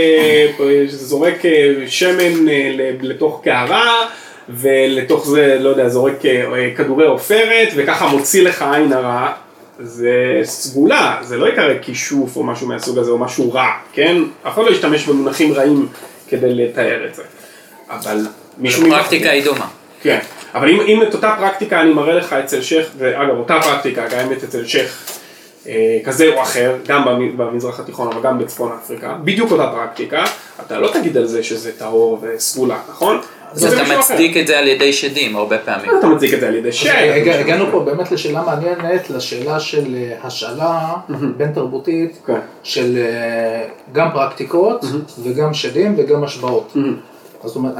שזורק שמן לתוך קערה, ולתוך זה, לא יודע, זורק כדורי עופרת, וככה מוציא לך עין הרע, זה סגולה, זה לא יקרא כישוף או משהו מהסוג הזה, או משהו רע, כן? אף אחד לא ישתמש במונחים רעים כדי לתאר את זה. אבל מישהו... הפרקטיקה היא דומה. כן, אבל אם את אותה פרקטיקה אני מראה לך אצל שייח, ואגב, אותה פרקטיקה קיימת אצל שייח כזה או אחר, גם במזרח התיכון, אבל גם בצפון אפריקה, בדיוק אותה פרקטיקה, אתה לא תגיד על זה שזה טהור וסגולה, נכון? אז אתה מצדיק את זה על ידי שדים הרבה פעמים. אתה מצדיק את זה על ידי שד. הגענו פה באמת לשאלה מעניינת, לשאלה של השאלה בין תרבותית, של גם פרקטיקות וגם שדים וגם השוואות. זאת אומרת,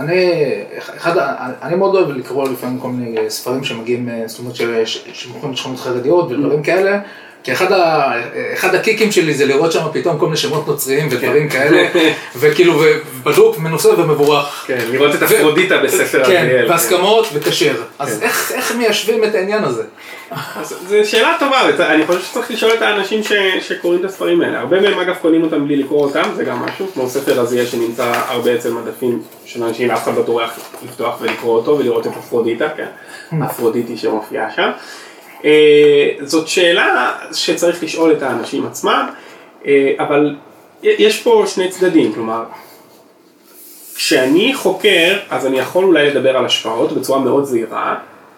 אני מאוד אוהב לקרוא לפעמים כל מיני ספרים שמגיעים, זאת אומרת שמוכרים לשכונות חרדיות ודברים כאלה, כי אחד הקיקים שלי זה לראות שם פתאום כל מיני שמות נוצריים ודברים כאלה, וכאילו, בדוק, מנוסה ומבורך. כן, לראות את אפרודיטה בספר אריאל. כן, והסכמות וכשר. אז איך מיישבים את העניין הזה? זו שאלה טובה, אני חושב שצריך לשאול את האנשים שקוראים את הספרים האלה. הרבה מהם אגב קונים אותם בלי לקרוא אותם, זה גם משהו, כמו ספר רזיאל שנמצא הרבה אצל מדפים של אנשים, אף אחד לא טורח לפתוח ולקרוא אותו ולראות את אפרודיטה, כן, אפרודיטי שמופיעה שם. זאת שאלה שצריך לשאול את האנשים עצמם, אבל יש פה שני צדדים, כלומר, כשאני חוקר, אז אני יכול אולי לדבר על השפעות בצורה מאוד זהירה,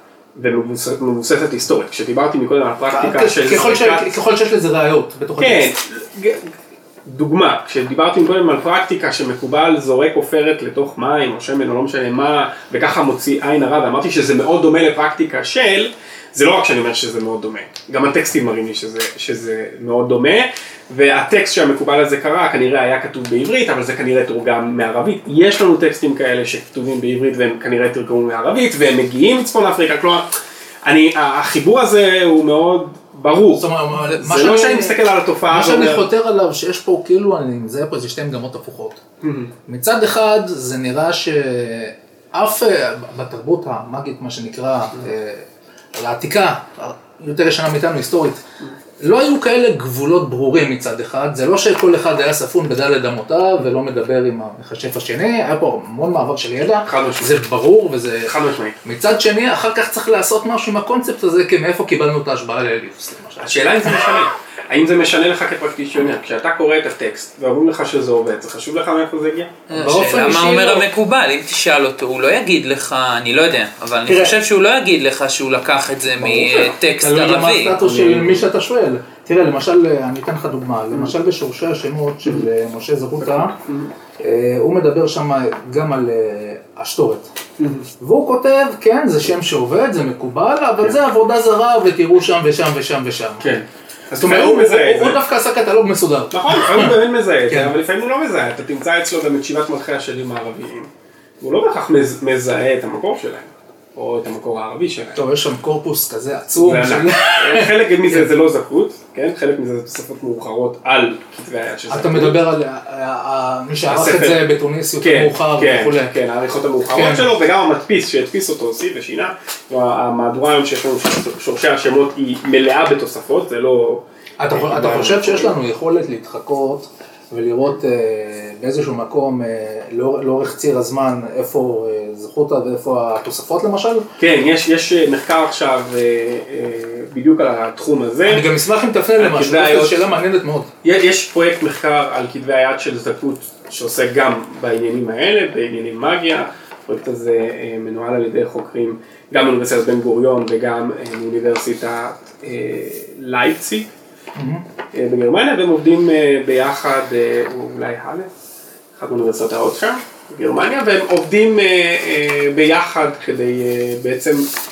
ומבוססת היסטורית. כשדיברתי מקודם על הפרקטיקה של... ככל שיש לזה ראיות בתוך הטקסט. כן, דוגמה, כשדיברתי מקודם על פרקטיקה שמקובל זורק עופרת לתוך מים או שמן או לא משנה מה, וככה מוציא עין הרע, ואמרתי שזה מאוד דומה לפרקטיקה של, זה לא רק שאני אומר שזה מאוד דומה, גם הטקסטים מראים לי שזה מאוד דומה, והטקסט שהמקובל הזה קרא כנראה היה כתוב בעברית, אבל זה כנראה תורגם מערבית. יש לנו טקסטים כאלה שכתובים בעברית והם כנראה תרגמו מערבית, והם מגיעים מצפון אפריקה, כלומר, החיבור הזה הוא מאוד ברור. זה לא שאני מסתכל על התופעה. מה שאני חותר עליו שיש פה כאילו, אני מזהה פה איזה שתי מגמות הפוכות. מצד אחד זה נראה שאף בתרבות המאגית, מה שנקרא, העתיקה, יותר ישנה מאיתנו היסטורית, לא היו כאלה גבולות ברורים מצד אחד, זה לא שכל אחד היה ספון בדלת אמותיו ולא מדבר עם המכשף השני, היה פה המון מעבר של ידע, זה ברור וזה... חד משמעית. מצד שני, אחר כך צריך לעשות משהו עם הקונספט הזה, כי מאיפה קיבלנו את ההשבעה לאליפוס, למשל. השאלה אם זה משנה. האם זה משנה לך כפרקטיציונר? כשאתה קורא את הטקסט ואומרים לך שזה עובד, זה חשוב לך מאיפה זה הגיע? השאלה מה אומר המקובל, אם תשאל אותו, הוא לא יגיד לך, אני לא יודע, אבל אני חושב שהוא לא יגיד לך שהוא לקח את זה מטקסט ערבי. מה הסטטוס של מי שאתה שואל? תראה, למשל, אני אתן לך דוגמה, למשל בשורשי השמות של משה זרוטה, הוא מדבר שם גם על אשתורת. והוא כותב, כן, זה שם שעובד, זה מקובל, אבל זה עבודה זרה ותראו שם ושם ושם ושם. כן. זאת אומרת, הוא דווקא עשה קטלוג מסודר. נכון, לפעמים הוא באמת מזהה את זה, אבל לפעמים הוא לא מזהה. אתה תמצא אצלו גם את שבעת מלכי השדים הערביים. הוא לא בהכרח מזהה את המקור שלהם, או את המקור הערבי שלהם. טוב, יש שם קורפוס כזה עצום. חלק מזה זה לא זכות, חלק מזה זה תוספות מאוחרות על כתבי היד של זכות. אתה מדבר על מי שערך את זה בתוניס יותר מאוחר וכו'. כן, העריכות המאוחרות שלו, וגם המדפיס שהדפיס אותו, הוסיף ושינה. המהדורה היום שיש לנו שורשי השמות היא מלאה בתוספות, זה לא... אתה חושב שיש לנו יכולת להתחקות ולראות באיזשהו מקום לאורך ציר הזמן איפה זכותה ואיפה התוספות למשל? כן, יש מחקר עכשיו בדיוק על התחום הזה. אני גם אשמח אם תפנה למשהו, זו שאלה מעניינת מאוד. יש פרויקט מחקר על כתבי היד של זכות שעוסק גם בעניינים האלה, בעניינים מגיה. הפרויקט הזה מנוהל על ידי חוקרים גם מאוניברסיטת בן גוריון וגם מאוניברסיטת לייפציג. בגרמניה, והם עובדים ביחד, אולי אחת מאוניברסיטאות שם, בגרמניה, והם עובדים ביחד כדי בעצם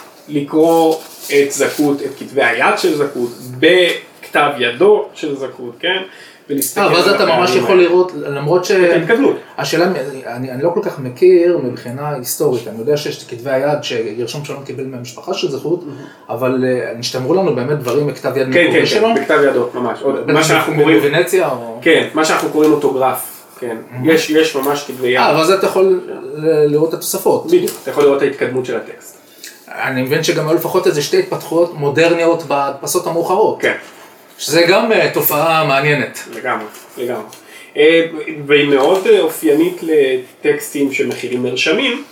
לקרוא את זכות, את כתבי היד של זכות, בכתב ידו של זכות, כן? ואז אתה ממש יכול לראות, למרות שהשאלה, אני לא כל כך מכיר מבחינה היסטורית, אני יודע שיש כתבי היד שגרשום שלום קיבל מהמשפחה של זכות, אבל נשתמרו לנו באמת דברים בכתב יד מקורי שלו. כן, בכתב ידו, ממש. מה שאנחנו קוראים בוונציה? כן, מה שאנחנו קוראים אוטוגרף, כן. יש ממש כתבי יד. ואז אתה יכול לראות את התוספות. בדיוק, אתה יכול לראות את ההתקדמות של הטקסט. אני מבין שגם היו לפחות איזה שתי התפתחויות מודרניות בהדפסות המאוחרות. כן. שזה גם תופעה מעניינת. לגמרי. והיא מאוד אופיינית לטקסטים שמכילים מרשמים,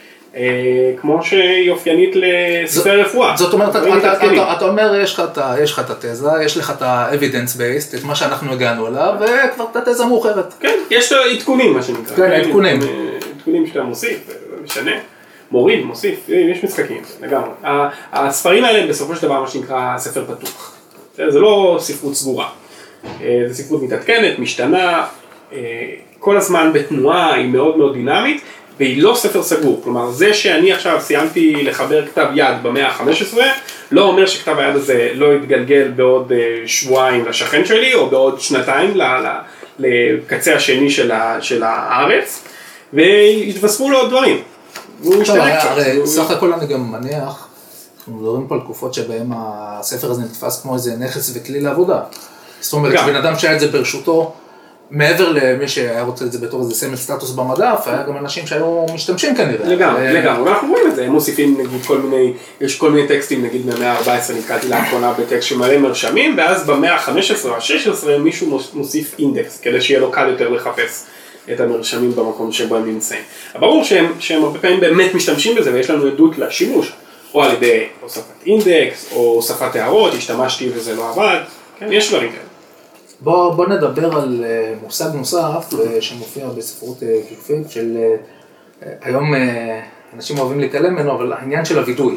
כמו שהיא אופיינית לספרי רפואה. זאת אומרת, אתה אומר, יש לך את התזה, יש לך את ה-evidence based, את מה שאנחנו הגענו אליו, וכבר את התזה מאוחרת. כן, יש עדכונים, מה שנקרא. כן, עדכונים. עדכונים שאתה מוסיף, זה משנה. מוריד, מוסיף, יש משחקים, לגמרי. הספרים האלה הם בסופו של דבר מה שנקרא ספר פתוח. זה לא ספרות סגורה, זה ספרות מתעדכנת, משתנה, כל הזמן בתנועה, היא מאוד מאוד דינמית, והיא לא ספר סגור. כלומר, זה שאני עכשיו סיימתי לחבר כתב יד במאה ה-15, לא אומר שכתב היד הזה לא יתגלגל בעוד שבועיים לשכן שלי, או בעוד שנתיים לקצה השני של הארץ, ויתווספו לו עוד דברים. סך הכל אני גם מניח, אנחנו מדברים פה על תקופות שבהם הספר הזה נתפס כמו איזה נכס וכלי לעבודה. זאת אומרת, שבן אדם שהיה את זה ברשותו, מעבר למי שהיה רוצה את זה בתור איזה סמל סטטוס במדף, היה גם אנשים שהיו משתמשים כנראה. לגמרי, ואנחנו רואים את זה, הם מוסיפים נגיד יש כל מיני טקסטים, נגיד במאה ה-14 נתקלתי לאחרונה בטקסט שמלא מרשמים, ואז במאה ה-15 או ה-16 מישהו מוסיף אינדקס, כדי שיהיה לו קל יותר לחפש את המרשמים במקום שבו הם נמצאים. ברור שהם הרבה פעמים באמת משתמשים בזה, ויש לנו עדות לשימוש, או על ידי הוספת אינדקס, או הוספת הערות, השתמשתי וזה לא עבד, כן, יש דברים כאלה. בוא נדבר על מושג נוסף שמופיע בספרות כישופית של היום אנשים אוהבים להתעלם ממנו, אבל העניין של הווידוי.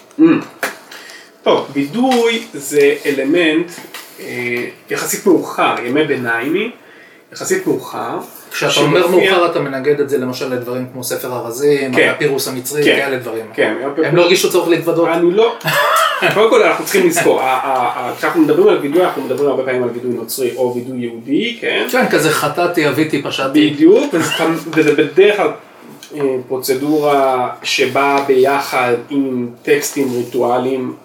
טוב, וידוי זה אלמנט יחסית מאוחר, ימי ביניימי, יחסית מאוחר. כשאתה אומר מאוחר אתה מנגד את זה למשל לדברים כמו ספר ארזים, הפירוס המצרי, כאלה דברים. הם לא הרגישו צורך להתוודות? אני לא. קודם כל אנחנו צריכים לזכור, כשאנחנו מדברים על וידוי, אנחנו מדברים הרבה פעמים על וידוי נוצרי או וידוי יהודי, כן? כן, כזה חטאתי, אביתי, פשעתי. בדיוק, וזה בדרך כלל פרוצדורה שבאה ביחד עם טקסטים ריטואליים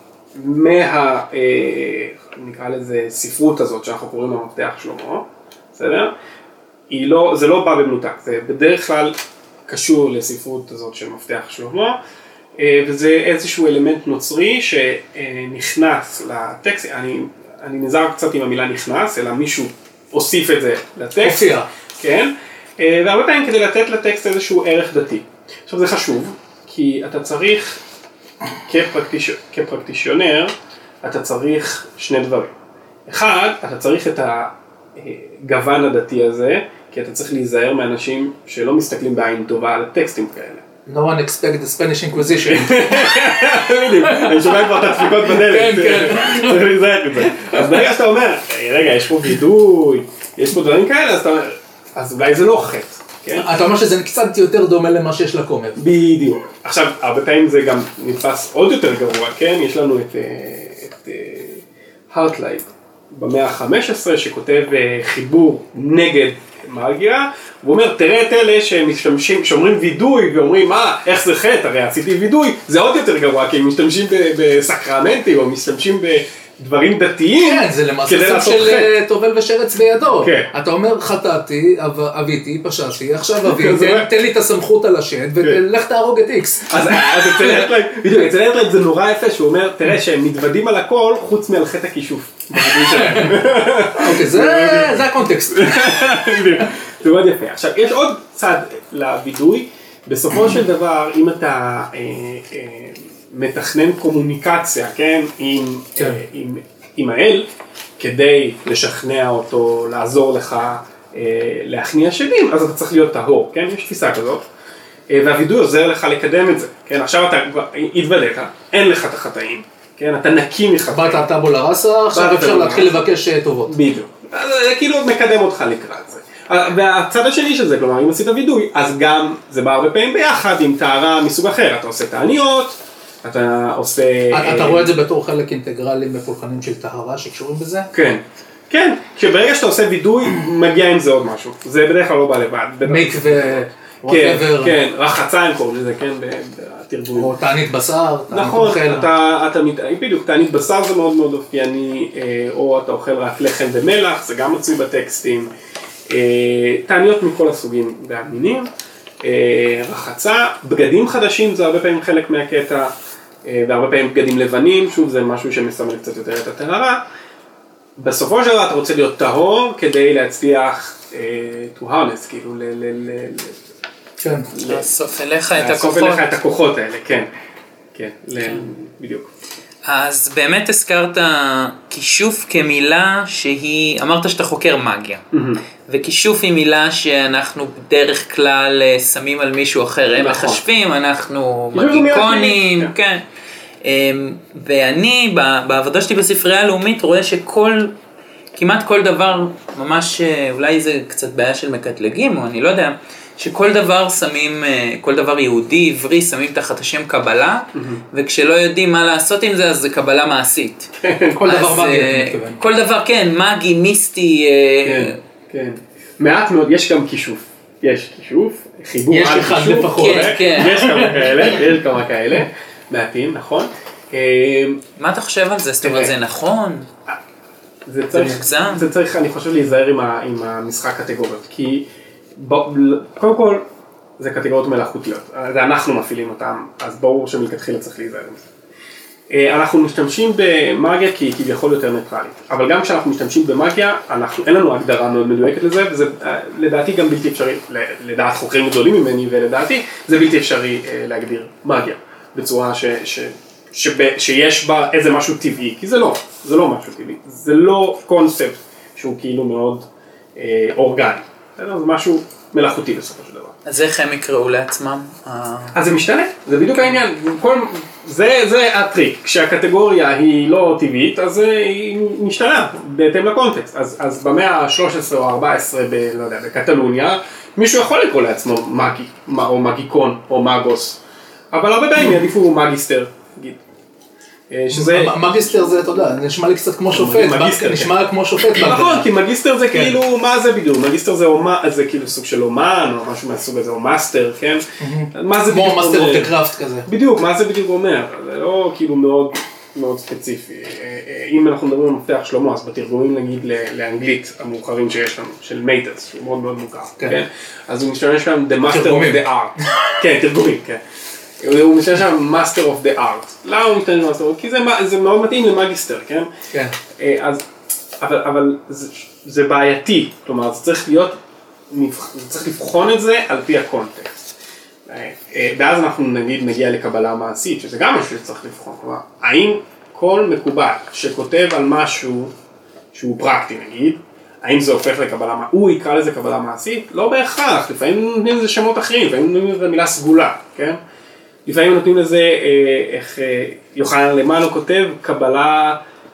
נקרא לזה ספרות הזאת שאנחנו קוראים לה מפתח שלמה, בסדר? זה לא בא במנותק, זה בדרך כלל קשור לספרות הזאת של מפתח שלמה, וזה איזשהו אלמנט נוצרי שנכנס לטקסט, אני נזהר קצת עם המילה נכנס, אלא מישהו הוסיף את זה לטקסט. הופיע. כן, והרבה פעמים כדי לתת לטקסט איזשהו ערך דתי. עכשיו זה חשוב, כי אתה צריך, כפרקטישיונר, אתה צריך שני דברים. אחד, אתה צריך את הגוון הדתי הזה, כי אתה צריך להיזהר מאנשים שלא מסתכלים בעין טובה על טקסטים כאלה. No one expect the Spanish Inquisition. אני שומע כבר את הדפיקות בדלת. כן, כן. צריך להיזהר את זה. אז ברגע שאתה אומר, רגע, יש פה וידוי, יש פה דברים כאלה, אז אתה אומר, אז אולי זה לא חטא. אתה אומר שזה קצת יותר דומה למה שיש לקומר. בדיוק. עכשיו, הרבה פעמים זה גם נתפס עוד יותר גרוע, כן? יש לנו את הרטלייב במאה ה-15 שכותב חיבור נגד מגיה, הוא אומר, תראה את אלה שמשתמשים, שאומרים וידוי ואומרים, איך זה חטא, הרי עשיתי וידוי, זה עוד יותר גרוע, כי הם משתמשים בסקרמנטים או משתמשים בדברים דתיים. כן, זה למעשה סוג של טובל ושרץ בידו. אתה אומר, חטאתי, אביתי, פשעתי, עכשיו אבי, תן לי את הסמכות על השד ולך תהרוג את איקס. אז אצל הרטלייב זה נורא יפה, שהוא אומר, תראה שהם מתוודים על הכל חוץ מעל חטא הכישוף. אוקיי, זה הקונטקסט. זה מאוד יפה. עכשיו, יש עוד צד לוידוי. בסופו של דבר, אם אתה מתכנן קומוניקציה, כן, עם האל, כדי לשכנע אותו, לעזור לך להכניע שדים, אז אתה צריך להיות טהור, כן? יש תפיסה כזאת. והוידוי עוזר לך לקדם את זה, כן? עכשיו אתה התוודעת, אין לך את החטאים. כן, אתה נקי מחטאים. באת הטאבולה ראסה, עכשיו אפשר להתחיל לבקש טובות. בדיוק. זה כאילו מקדם אותך לקראת זה. והצד השני של זה, כלומר, אם עשית וידוי, אז גם זה בא הרבה פעמים ביחד עם טהרה מסוג אחר. אתה עושה תעניות, אתה עושה... אתה רואה את זה בתור חלק אינטגרלי בפולחנים של טהרה שקשורים בזה? כן. כן, כשברגע שאתה עושה וידוי, מגיע עם זה עוד משהו. זה בדרך כלל לא בא לבד. מייק כן, כן, רחצה הם קוראים לזה, כן, בתרגום. או תענית בשר, נכון, בדיוק, תענית בשר זה מאוד מאוד אופייני, או אתה אוכל רק לחם ומלח, זה גם מצוי בטקסטים. תעניות מכל הסוגים והמינים, רחצה, בגדים חדשים זה הרבה פעמים חלק מהקטע, והרבה פעמים בגדים לבנים, שוב זה משהו שמסמל קצת יותר את הטהרה. בסופו של דבר אתה רוצה להיות טהור כדי להצליח to harness, כאילו כן, לאסוף אליך את הכוחות. לאסוף אליך את הכוחות האלה, כן. כן, בדיוק. אז באמת הזכרת כישוף כמילה שהיא, אמרת שאתה חוקר מגיה. וכישוף היא מילה שאנחנו בדרך כלל שמים על מישהו אחר. הם מחשבים, אנחנו מגיקונים, כן. ואני בעבודה שלי בספרייה הלאומית רואה כמעט כל דבר, ממש אולי זה קצת בעיה של מקטלגים או אני לא יודע, שכל דבר שמים, כל דבר יהודי, עברי, שמים תחת השם קבלה, וכשלא יודעים מה לעשות עם זה, אז זה קבלה מעשית. כל דבר מגי, כל דבר, כן, מגי, מיסטי. כן, כן. מעט מאוד, יש גם כישוף. יש כישוף, חיבור על כישוף. יש אחד לפחות. יש כמה כאלה, מעטים, נכון. מה אתה חושב על זה? זאת אומרת, זה נכון? זה צריך, אני חושב, להיזהר עם המשחק קטגוריות, כי קודם כל זה קטגוריות מלאכותיות, ואנחנו מפעילים אותן, אז ברור שמלכתחילה צריך להיזהר עם זה. אנחנו משתמשים במאגיה כי היא כביכול יותר ניטרלית, אבל גם כשאנחנו משתמשים במאגיה, אין לנו הגדרה מאוד מדויקת לזה, וזה לדעתי גם בלתי אפשרי, לדעת חוקרים גדולים ממני ולדעתי, זה בלתי אפשרי להגדיר מאגיה, בצורה שיש בה איזה משהו טבעי, כי זה לא משהו טבעי, זה לא קונספט שהוא כאילו מאוד אורגני, זה משהו מלאכותי בסופו של דבר. אז איך הם יקראו לעצמם? אז זה משתנה, זה בדיוק העניין, זה הטריק, כשהקטגוריה היא לא טבעית, אז היא משתנה בהתאם לקונטקסט, אז במאה ה-13 או ה-14 בקטלוניה, מישהו יכול לקרוא לעצמו מאגי, או מאגיקון, או מאגוס, אבל הרבה פעמים יעדיפו מאגיסטר, נגיד. מגיסטר זה, אתה יודע, נשמע לי קצת כמו שופט, נשמע כמו שופט. נכון, כי מגיסטר זה כאילו, מה זה בדיוק? מגיסטר זה כאילו סוג של אומן, או משהו מהסוג הזה, או מאסטר, כן? מה זה בדיוק אומר? כמו מאסטר אוף דה קראפט כזה. בדיוק, מה זה בדיוק אומר? זה לא כאילו מאוד מאוד ספציפי. אם אנחנו מדברים על מפתח שלמה, אז בתרגומים נגיד לאנגלית המאוחרים שיש לנו, של מייטרס, שהוא מאוד מאוד מוכר, כן? אז הוא משתמש שם The Master of the Art. כן, תרגומים, כן. הוא משתמש שם Master of the Art. למה הוא משתמש Master of? כי זה מאוד מתאים למגיסטר, כן? כן. אבל זה בעייתי, כלומר, זה צריך לבחון את זה על פי הקונטקסט. ואז אנחנו נגיע לקבלה מעשית, שזה גם משהו שצריך לבחון. כלומר, האם כל מקובל שכותב על משהו שהוא פרקטי, נגיד, האם זה הופך לקבלה מעשית? הוא יקרא לזה קבלה מעשית? לא בהכרח, לפעמים נותנים לזה שמות אחרים, לפעמים נותנים לזה מילה סגולה, כן? לפעמים נותנים לזה, איך יוחנן למאנו כותב, קבלה,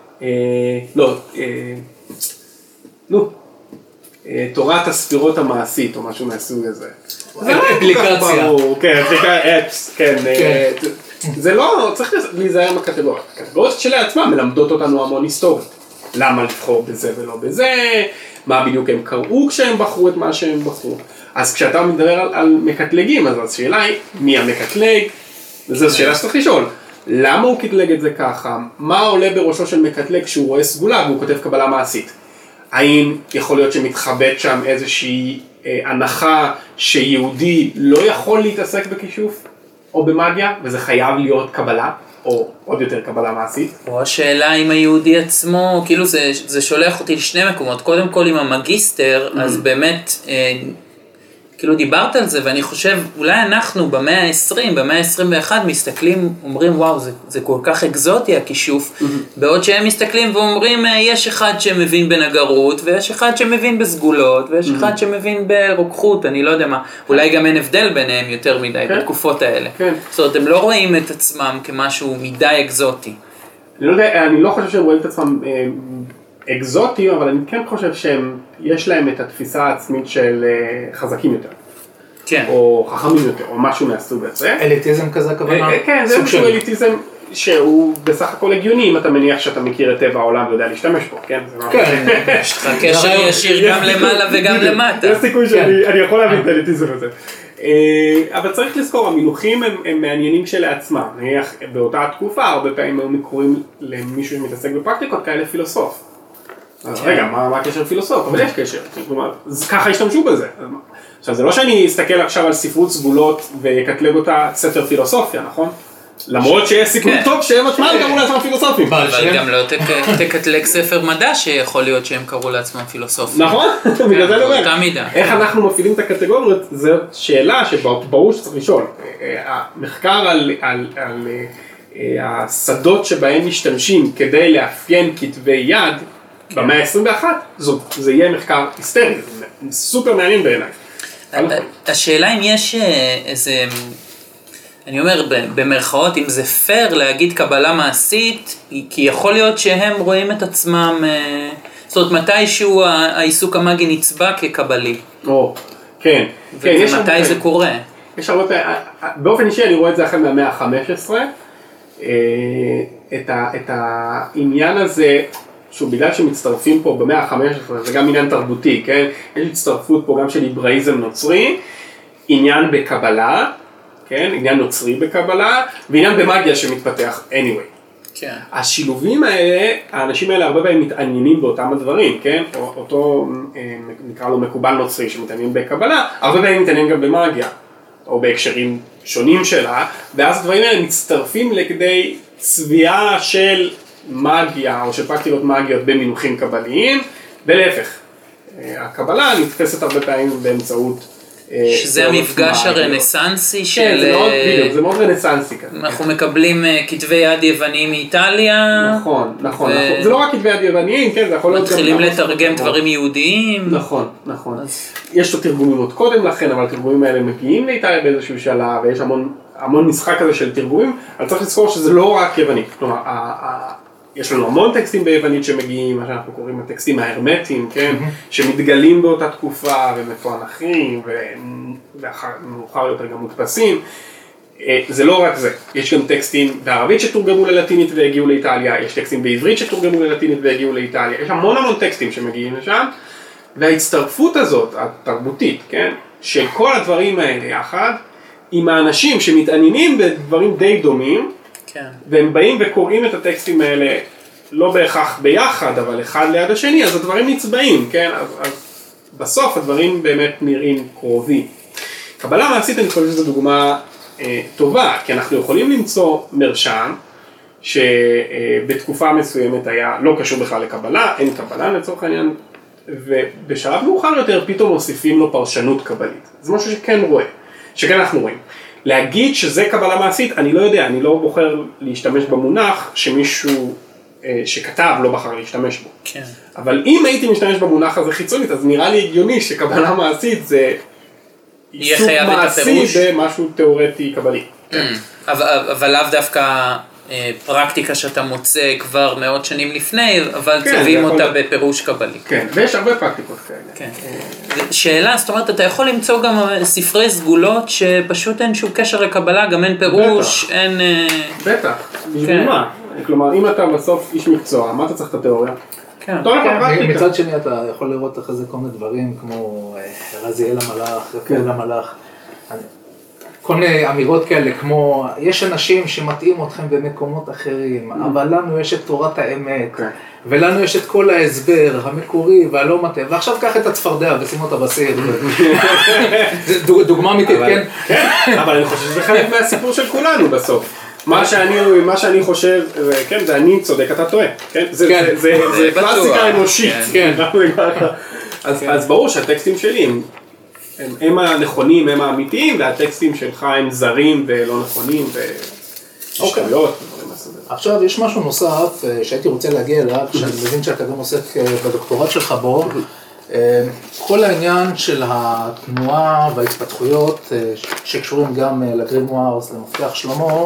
תורת הספירות המעשית, או משהו מהסוג הזה. אפליקציה. כן, אפס, כן. זה לא, צריך להיזהר מהקטגוריות. הקטגוריות שלעצמם מלמדות אותנו המון היסטורית. למה לבחור בזה ולא בזה, מה בדיוק הם קראו כשהם בחרו את מה שהם בחרו. אז כשאתה מדבר על מקטלגים, אז השאלה היא, מי המקטלג? וזו שאלה שצריך לשאול. למה הוא קטלג את זה ככה? מה עולה בראשו של מקטלג כשהוא רואה סגולה והוא כותב קבלה מעשית? האם יכול להיות שמתחבאת שם איזושהי הנחה שיהודי לא יכול להתעסק בכישוף או במאגיה, וזה חייב להיות קבלה, או עוד יותר קבלה מעשית? או השאלה אם היהודי עצמו, כאילו זה שולח אותי לשני מקומות. קודם כל עם המגיסטר, אז באמת, כאילו דיברת על זה, ואני חושב, אולי אנחנו במאה ה-20, במאה ה-21, מסתכלים, אומרים, וואו, זה כל כך אקזוטי הכישוף, בעוד שהם מסתכלים ואומרים, יש אחד שמבין בנגרות, ויש אחד שמבין בסגולות, ויש אחד שמבין ברוקחות, אני לא יודע מה, אולי גם אין הבדל ביניהם יותר מדי בתקופות האלה. זאת אומרת, הם לא רואים את עצמם כמשהו מדי אקזוטי. אני לא חושב שהם רואים את עצמם אקזוטיים, אבל אני כן חושב שיש להם את התפיסה העצמית של חזקים יותר. כן. או חכמים יותר, או משהו מהסוג הזה. אליטיזם כזה הכוונה? כן, זה משהו אליטיזם שהוא בסך הכל הגיוני, אם אתה מניח שאתה מכיר את טבע העולם ויודע להשתמש בו, כן? כן, יש לך קשר ישיר גם למעלה וגם למטה. יש סיכוי שאני יכול להבין את האליטיזם הזה. אבל צריך לזכור, המינוחים הם מעניינים כשלעצמם. נניח באותה תקופה, הרבה פעמים היו מקוראים למישהו שמתעסק בפרקטיקות כאלה פילוסוף. אז רגע, מה הקשר פילוסוף? אבל יש קשר, כלומר, ככה השתמשו בזה. עכשיו, זה לא שאני אסתכל עכשיו על ספרות סגולות ויקטלג אותה ספר פילוסופיה, נכון? למרות שיש סיכוי טוב שהם עצמם קראו לעצמם פילוסופים. אבל גם לא תקטלג ספר מדע שיכול להיות שהם קראו לעצמם פילוסופים. נכון? בגלל זה אני אומר. באותה מידה. איך אנחנו מפעילים את הקטגוריות, זו שאלה שברור שצריך לשאול. המחקר על השדות שבהם משתמשים כדי לאפיין כתבי יד, במאה ה-21, זה יהיה מחקר היסטרי, זה סופר מעניין בעיניי. השאלה אם יש איזה, אני אומר במרכאות, אם זה פייר להגיד קבלה מעשית, כי יכול להיות שהם רואים את עצמם, זאת אומרת מתישהו העיסוק המאגי נצבע כקבלי. כן. ומתי זה קורה? יש הרבה פעמים, באופן אישי אני רואה את זה אחרי מהמאה ה-15, את העניין הזה, שוב, בגלל שמצטרפים פה במאה ה-15, זה גם עניין תרבותי, כן? יש הצטרפות פה גם של היבראיזם נוצרי, עניין בקבלה, כן? עניין נוצרי בקבלה, ועניין במאגיה שמתפתח anyway, כן. השילובים האלה, האנשים האלה הרבה פעמים מתעניינים באותם הדברים, כן? אותו נקרא לו מקובל נוצרי שמתעניין בקבלה, הרבה פעמים מתעניין גם במאגיה, או בהקשרים שונים שלה, ואז הדברים האלה מצטרפים לכדי צביעה של מאגיה, או של פרקטיקות מאגיות במינוחים קבליים, ולהפך. הקבלה נתפסת הרבה פעמים באמצעות שזה המפגש הרנסנסי של... כן, זה מאוד רנסנסי כזה. אנחנו מקבלים כתבי יד יווניים מאיטליה. נכון. זה לא רק כתבי יד יווניים, כן, זה יכול להיות... מתחילים לתרגם דברים יהודיים. נכון. יש לו תרגומים עוד קודם לכן, אבל התרגומים האלה מגיעים לאיטליה באיזשהו שלב, ויש המון משחק כזה של תרגומים, אבל צריך לזכור שזה לא רק יוונית. כלומר, יש לנו המון טקסטים ביוונית שמגיעים, מה שאנחנו קוראים הטקסטים ההרמטיים, כן? שמתגלים באותה תקופה ומפוענחים ומאוחר יותר גם מודפסים. זה לא רק זה, יש גם טקסטים בערבית שתורגמו ללטינית והגיעו לאיטליה, יש טקסטים בעברית שתורגמו ללטינית והגיעו לאיטליה, יש המון טקסטים שמגיעים לשם, וההצטרפות הזאת, התרבותית, כן? של כל הדברים האלה יחד, עם האנשים שמתעניינים בדברים די דומים, והם באים וקוראים את הטקסטים האלה לא בהכרח ביחד, אבל אחד ליד השני, אז הדברים נצבעים, כן? אז בסוף הדברים באמת נראים קרובים. קבלה מעשית אני חושב שזו דוגמה טובה, כי אנחנו יכולים למצוא מרשם שבתקופה מסוימת היה לא קשור בכלל לקבלה, אין קבלה לצורך העניין, ובשלב מאוחר יותר פתאום מוסיפים לו פרשנות קבלית. זה משהו שכן אנחנו רואים. להגיד שזה קבלה מעשית, אני לא יודע, אני לא בוחר להשתמש במונח שמישהו שכתב לא בחר להשתמש בו. כן. אבל אם הייתי משתמש במונח הזה חיצונית, אז נראה לי הגיוני שקבלה מעשית זה עיסוק מעשי במשהו תיאורטי קבלי. אבל לאו דווקא פרקטיקה שאתה מוצא כבר מאות שנים לפני, אבל צובעים אותה בפירוש קבלי. כן, ויש הרבה פרקטיקות כאלה. כן. שאלה, זאת אומרת, אתה יכול למצוא גם ספרי סגולות שפשוט אין שום קשר לקבלה, גם אין פירוש, אין... בטח, בשביל מה? כלומר, אם אתה בסוף איש מקצוע, מה אתה צריך את התיאוריה? כן. מצד שני אתה יכול לראות אחרי זה כל מיני דברים כמו רזיאל המלאך, רפאל המלאך. כל מיני אמירות כאלה כמו, יש אנשים שמתאים אתכם במקומות אחרים, אבל לנו יש את תורת האמת, ולנו יש את כל ההסבר המקורי והלא מתאים, ועכשיו קח את הצפרדע ושים אותה בסיר. זה דוגמה אמיתית, כן? כן, אבל אני חושב שזה חלק מהסיפור של כולנו בסוף. מה שאני חושב, כן, זה אני צודק, אתה טועה. זה קלאסיקה אנושית. אז ברור שהטקסטים שלי הם הנכונים, הם האמיתיים, והטקסטים שלך הם זרים ולא נכונים ושטויות. עכשיו יש משהו נוסף שהייתי רוצה להגיע אליו, שאני מבין שאתה גם עוסק בדוקטורט שלך בו, כל העניין של התנועה וההתפתחויות שקשורים גם לגרימוארס, למפתח שלמה,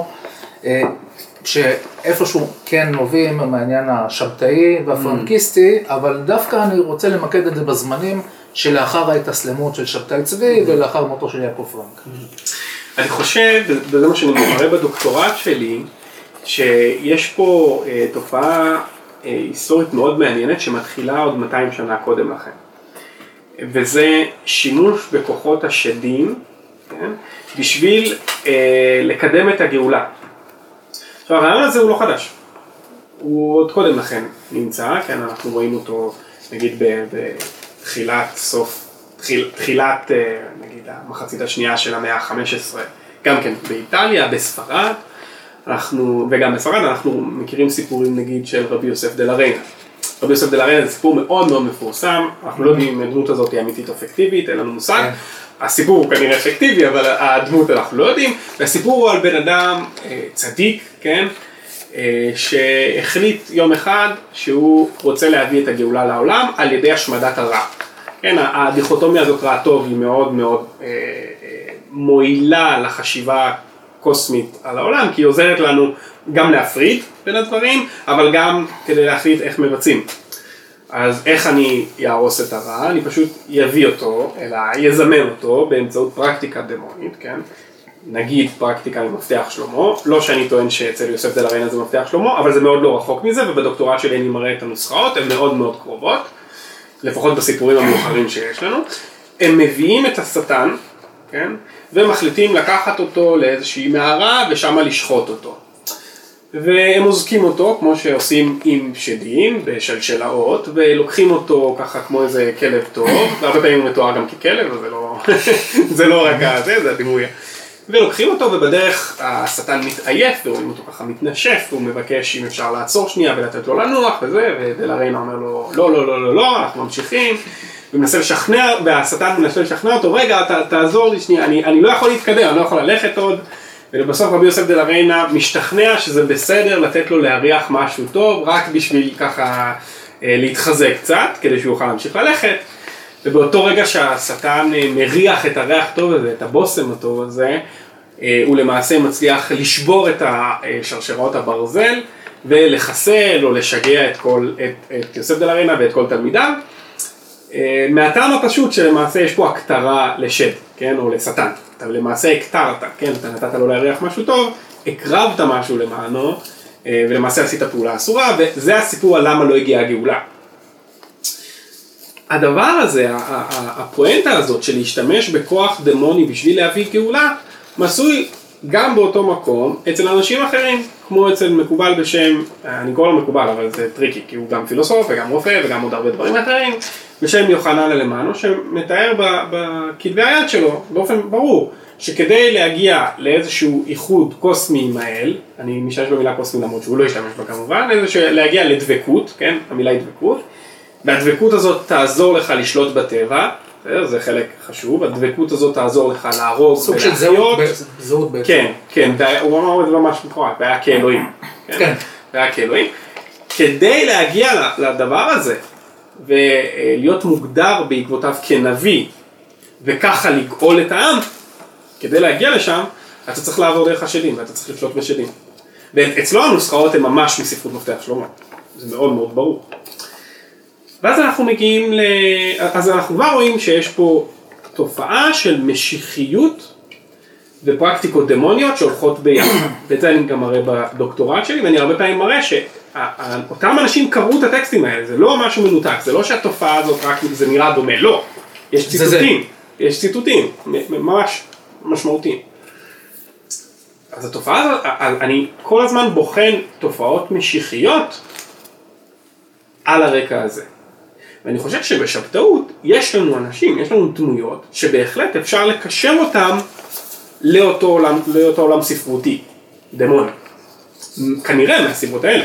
שאיפשהו כן נובעים מהעניין השבתאי והפרנקיסטי, אבל דווקא אני רוצה למקד את זה בזמנים שלאחר ההתאסלמות של שבתאי צבי ולאחר מותו של יעקב פרנק. אני חושב, וזה מה שאני מראה בדוקטורט שלי, שיש פה תופעה היסטורית מאוד מעניינת שמתחילה עוד 200 שנה קודם לכן. וזה שימוש בכוחות השדים, כן? בשביל לקדם את הגאולה. עכשיו הרעיון הזה הוא לא חדש. הוא עוד קודם לכן נמצא, כן? אנחנו רואים אותו נגיד תחילת נגיד המחצית השנייה של המאה ה-15, גם כן באיטליה, בספרד, וגם בספרד אנחנו מכירים סיפורים נגיד של רבי יוסף דה לה ריינה. רבי יוסף דה לה ריינה זה סיפור מאוד מאוד מפורסם, אנחנו לא יודעים אם הדמות הזאת היא אמיתית או אפקטיבית, אין לנו מושג. הסיפור הוא כנראה אפקטיבי, אבל הדמות אנחנו לא יודעים, והסיפור הוא על בן אדם צדיק, כן? שהחליט יום אחד שהוא רוצה להביא את הגאולה לעולם על ידי השמדת הרע. כן, הדיכוטומיה הזאת רע טוב היא מאוד מאוד מועילה לחשיבה קוסמית על העולם, כי היא עוזרת לנו גם להפריד בין הדברים, אבל גם כדי להחליט איך מבצעים. אז איך אני יהרוס את הרע? אני פשוט יביא אותו, אלא יזמן אותו באמצעות פרקטיקה דמונית, כן? נגיד פרקטיקה ממפתח שלמה, לא שאני טוען שאצל יוסף דה לה ריינה זה מפתח שלמה, אבל זה מאוד לא רחוק מזה, ובדוקטורט שלי אני מראה את הנוסחאות, הן מאוד מאוד קרובות, לפחות בסיפורים המאוחרים שיש לנו. הם מביאים את השטן, כן? ומחליטים לקחת אותו לאיזושהי מערה ושמה לשחוט אותו. והם מוזקים אותו, כמו שעושים עם שדים, בשלשלאות, ולוקחים אותו ככה כמו איזה כלב טוב, והרבה פעמים הוא מתואר גם ככלב, אז זה לא רק זה הדימוי. ולוקחים אותו, ובדרך השטן מתעייף, ורואים אותו ככה מתנשף, והוא מבקש אם אפשר לעצור שנייה ולתת לו לנוח וזה, ודלריינה אומר לו, לא, לא, לא, לא, לא, אנחנו ממשיכים, ומנסה לשכנע, והשטן מנסה לשכנע אותו, רגע, תעזור לי שנייה, אני לא יכול להתקדם, אני לא יכול ללכת עוד, ובסוף רבי יוסף דלריינה משתכנע שזה בסדר לתת לו להריח משהו טוב, רק בשביל ככה להתחזק קצת, כדי שהוא יוכל להמשיך ללכת, ובאותו רגע שהשטן מריח את הריח טוב הזה, את הבושם הטוב הזה, הוא למעשה מצליח לשבור את שרשראות הברזל, ולחסל או לשגע את יוסף דלריינה ואת כל תלמידיו, מהטעם הפשוט שלמעשה יש פה הקטרה לשד, כן, או לשטן. אתה למעשה הקטרת, כן, אתה נתת לו להריח משהו טוב, הקרבת משהו למענו, ולמעשה עשית פעולה אסורה, וזה הסיפור על למה לא הגיעה הגאולה. הדבר הזה, הפואנטה הזאת של להשתמש בכוח דמוני בשביל להביא גאולה, מסוי גם באותו מקום אצל אנשים אחרים, כמו אצל מקובל בשם, אני קורא לו מקובל, אבל זה טריקי, כי הוא גם פילוסוף וגם רופא וגם עוד הרבה דברים אחרים, בשם יוחנן אלמנו, שמתאר בכתבי היד שלו, באופן ברור, שכדי להגיע לאיזשהו איחוד קוסמי עם האל, אני משתמש במילה קוסמי למרות שהוא לא ישתמש בה כמובן, להגיע לדבקות, כן, המילה היא דבקות, והדבקות הזאת תעזור לך לשלוט בטבע, זה חלק חשוב, הדבקות הזאת תעזור לך להרוג סוג של זהות בעצם. כן, כן, הוא אמר את זה ממש מקורט, והיה כאלוהים. כן. והיה כאלוהים. כדי להגיע לדבר הזה, ולהיות מוגדר בעקבותיו כנביא, וככה לגאול את העם, כדי להגיע לשם, אתה צריך לעבור דרך השדים, ואתה צריך לשלוט בשדים. ואצלו הנוסחאות הן ממש מספרות מפתח שלמה. זה מאוד מאוד ברור. ואז אנחנו מגיעים אז אנחנו כבר רואים שיש פה תופעה של משיחיות ופרקטיקות דמוניות שהולכות ביחד. ואת זה אני גם מראה בדוקטורט שלי, ואני הרבה פעמים מראה שאותם אנשים קראו את הטקסטים האלה, זה לא משהו מנותק, זה לא שהתופעה הזאת רק זה נראה דומה, לא. יש ציטוטים, יש ציטוטים, ממש משמעותיים. אז התופעה הזאת, אני כל הזמן בוחן תופעות משיחיות על הרקע הזה. ואני חושב שבשבתאות יש לנו אנשים, יש לנו דמויות, שבהחלט אפשר לקשר אותם לאותו עולם ספרותי, דמוני. כנראה מהסיבות האלה.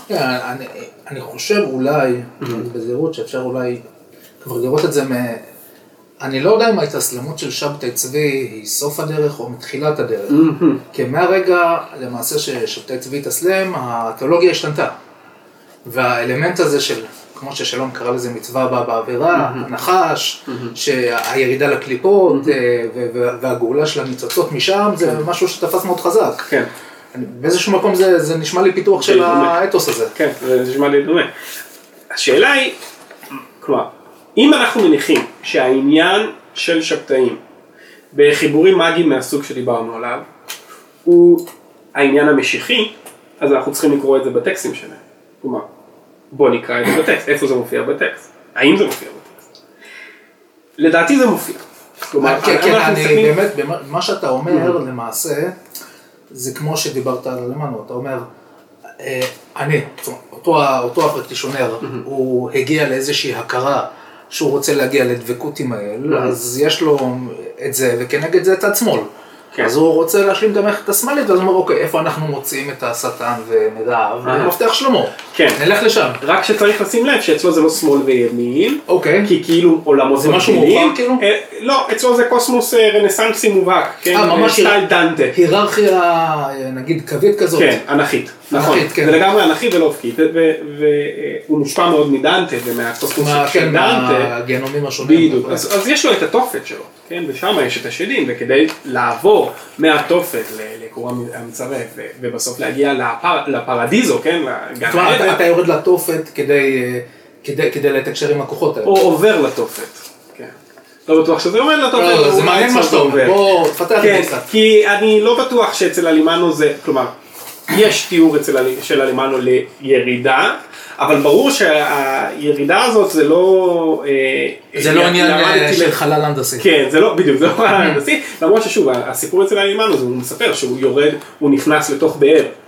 אני חושב אולי, בזהירות שאפשר אולי כבר לראות את זה אני לא יודע אם ההתאסלמות של שבתאי צבי היא סוף הדרך או מתחילת הדרך. כי מהרגע למעשה ששבתאי צבי התאסלם, התיאולוגיה השתנתה. והאלמנט הזה של, כמו ששלום קרא לזה מצווה בעבירה, הנחש, שהירידה לקליפות והגאולה של הניצוצות משם, זה משהו שתפס מאוד חזק. כן. באיזשהו מקום זה נשמע לי פיתוח של האתוס הזה. כן, זה נשמע לי דומה. השאלה היא, כלומר, אם אנחנו מניחים שהעניין של שבתאים בחיבורים מאגיים מהסוג שדיברנו עליו, הוא העניין המשיחי, אז אנחנו צריכים לקרוא את זה בטקסטים שלהם. כלומר, בוא נקרא את זה בטקסט. איפה זה מופיע בטקסט? האם זה מופיע בטקסט? לדעתי זה מופיע. כלומר, אני באמת, מה שאתה אומר למעשה, זה כמו שדיברת על אלמנו, אתה אומר, אותו הפרקטישונר, הוא הגיע לאיזושהי הכרה, שהוא רוצה להגיע לדבקות עם האל, אז יש לו את זה, וכנגד זה את עצמו. אז הוא רוצה להשלים גם את השמאלית, ואז הוא אומר, אוקיי, איפה אנחנו מוצאים את השטן ונדב, ומפתח שלמה. כן. נלך לשם. רק שצריך לשים לב שאצלו זה לא שמאל וימין, אוקיי. כי כאילו עולמות זה משהו מובהק כאילו? לא, אצלו זה קוסמוס רנסנסי מובהק, כן? ממש סטייל דנטה. היררכיה, נגיד, קווית כזאת. כן, אנכית. נכון, זה לגמרי אנכי ולא אופקית, והוא מושפע מאוד מדנטה ומהקוסמוס של דנטה. מהגנומים השונים. בדיוק, אז יש לו את התופת שלו, כן? ושם יש את השדים, וכדי לעבור מהתופת לקור המצרף, ובסוף להגיע לפרדיזו, כן? זאת אומרת, אתה יורד לתופת כדי לתקשר עם הכוחות האלה. או עובר לתופת, כן. לא בטוח שזה עומד לתופת, זה מעניין מה שאתה אומר. בוא, תפתח את זה קצת. כי אני לא בטוח שאצל אלימנו זה, כלומר, יש תיאור של אלימנו לירידה, אבל ברור שהירידה הזאת זה לא... זה לא עניין של חלל הנדסי. כן, זה לא, בדיוק, זה לא חלל הנדסי, למרות ששוב, הסיפור אצל אלימנו, הוא מספר שהוא יורד, הוא נכנס לתוך באר,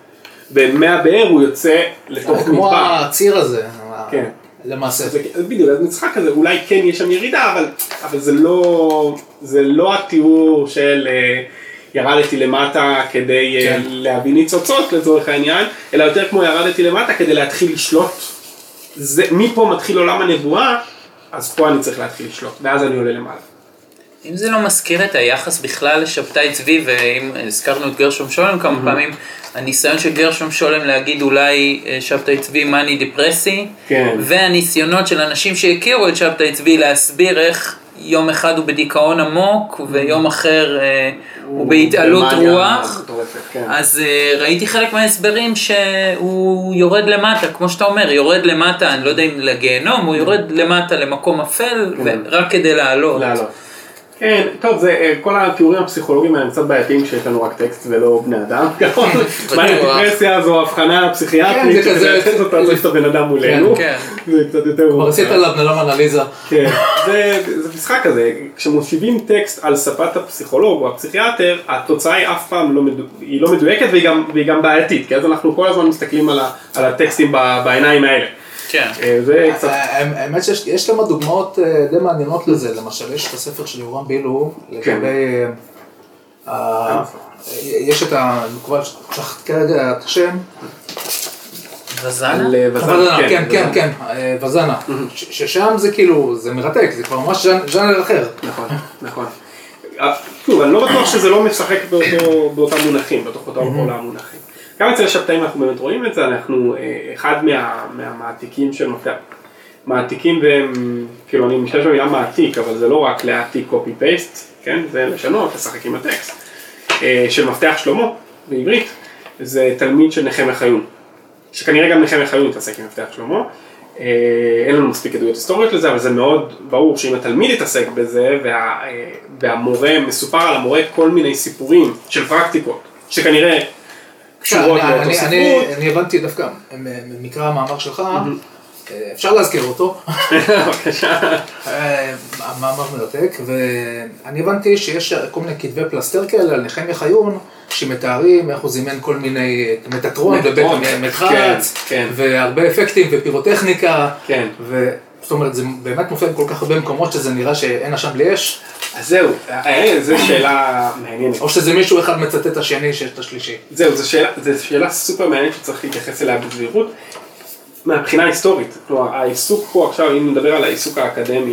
ומהבאר הוא יוצא לתוך מדבר. כמו הציר הזה, כן. למעשה. בדיוק, אז משחק הזה, אולי כן יש שם ירידה, אבל זה לא התיאור של ירדתי למטה כדי להביא ניצוצות לצורך העניין, אלא יותר כמו ירדתי למטה כדי להתחיל לשלוט. מפה מתחיל עולם הנבואה, אז פה אני צריך להתחיל לשלוט, ואז אני עולה למעלה. אם זה לא מזכיר את היחס בכלל לשבתאי צבי, ואם הזכרנו את גרשום שולם כמה פעמים, הניסיון של גרשום שולם להגיד אולי שבתאי צבי מאני דיפרסי, והניסיונות של אנשים שהכירו את שבתאי צבי להסביר איך יום אחד הוא בדיכאון עמוק, ויום אחר הוא בהתעלות רוח, אז ראיתי חלק מההסברים שהוא יורד למטה, כמו שאתה אומר, יורד למטה, אני לא יודע אם לגיהנום, הוא יורד למטה למקום אפל, רק כדי לעלות. כן, טוב, זה כל התיאורים הפסיכולוגיים האלה קצת בעייתיים שיש לנו רק טקסט ולא בני אדם. דיפרסיה זו הבחנה פסיכיאטרית, שזה אותה צריך את הבן אדם מולנו. זה קצת יותר... כבר עשית עליו נלום אנליזה. כן, זה משחק כזה, כשמושיבים טקסט על ספת הפסיכולוג או הפסיכיאטר, התוצאה היא אף פעם לא מדויקת והיא גם בעייתית, כי אז אנחנו כל הזמן מסתכלים על הטקסטים בעיניים האלה. כן. האמת שיש למה דוגמאות די מעניינות לזה, למשל יש את הספר של יורם בילו, לגבי, יש את כבר שכחת כרגע את השם. וזנה? כן, וזנה, ששם זה כאילו, זה מרתק, זה כבר ממש ז'אנר אחר. נכון. טוב, אני לא בטוח שזה לא משחק באותם מונחים, בתוך אותם עולם מונחים. גם אצל השבתאים אנחנו באמת רואים את זה, אנחנו אחד מהמעתיקים של מפתח. מעתיקים והם, כאילו אני משתמש במילה מעתיק, אבל זה לא רק להעתיק copy-paste, כן? זה לשנות, לשחק עם הטקסט. של מפתח שלמה, בעברית, זה תלמיד של נחמיה חיון. שכנראה גם נחמיה חיון יתעסק עם מפתח שלמה. אין לנו מספיק עדויות היסטוריות לזה, אבל זה מאוד ברור שאם התלמיד יתעסק בזה, והמורה, מסופר על המורה כל מיני סיפורים של פרקטיקות, שכנראה קשורות לאותו ספרות. אני הבנתי דווקא, במקרא המאמר שלך, אפשר להזכיר אותו. בבקשה. המאמר מרתק, ואני הבנתי שיש כל מיני כתבי פלסטר כאלה על נחמיה חיון, שמתארים איך הוא זימן כל מיני מטאטרון ובית מרחץ, והרבה אפקטים ופירוטכניקה, זאת אומרת, זה באמת מופיע כל כך הרבה מקומות שזה נראה שאין אשם בלי אש. אז זהו, זו שאלה מעניינת. או שזה מישהו אחד מצטט את השני שיש את השלישי. זהו, זו שאלה סופר מעניינת שצריך להתייחס אליה בזהירות. מהבחינה ההיסטורית, כלומר, העיסוק פה עכשיו, אם נדבר על העיסוק האקדמי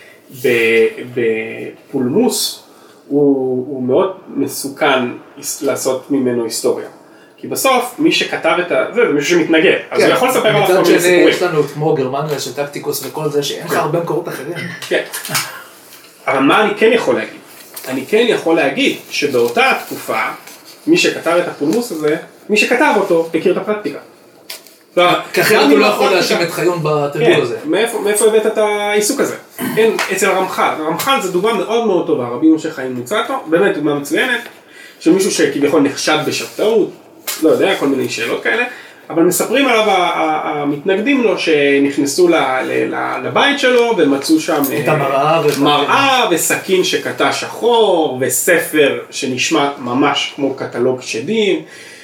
בפולמוס, הוא מאוד מסוכן לעשות ממנו היסטוריה. כי בסוף, מי שכתב את זה מישהו שמתנגד, אז הוא יכול לספר עליו כל מיני סיפורים. מצד שני, יש לנו כמו גרמניה של טקטיקוס וכל זה, שאין לך הרבה מקורות אחרים. כן. אבל מה אני כן יכול להגיד? אני כן יכול להגיד שבאותה תקופה, מי שכתב את הפולמוס הזה, מי שכתב אותו, הכיר את הפרקטיקה. כאחרת הוא לא יכול להאשים את חיון בתרגול הזה. מאיפה הבאת את העיסוק הזה? כן, אצל הרמח"ל. הרמח"ל זה דוגמה מאוד מאוד טובה, רבי משה חיים מוצטו, באמת דוגמה מצוינת, של מישהו שכביכול נחשד בשבתאות, לא יודע, כל מיני שאלות כאלה, אבל מספרים עליו המתנגדים לו שנכנסו לבית שלו ומצאו שם מראה וסכין שקטע שחור וספר שנשמע ממש כמו קטלוג שדים.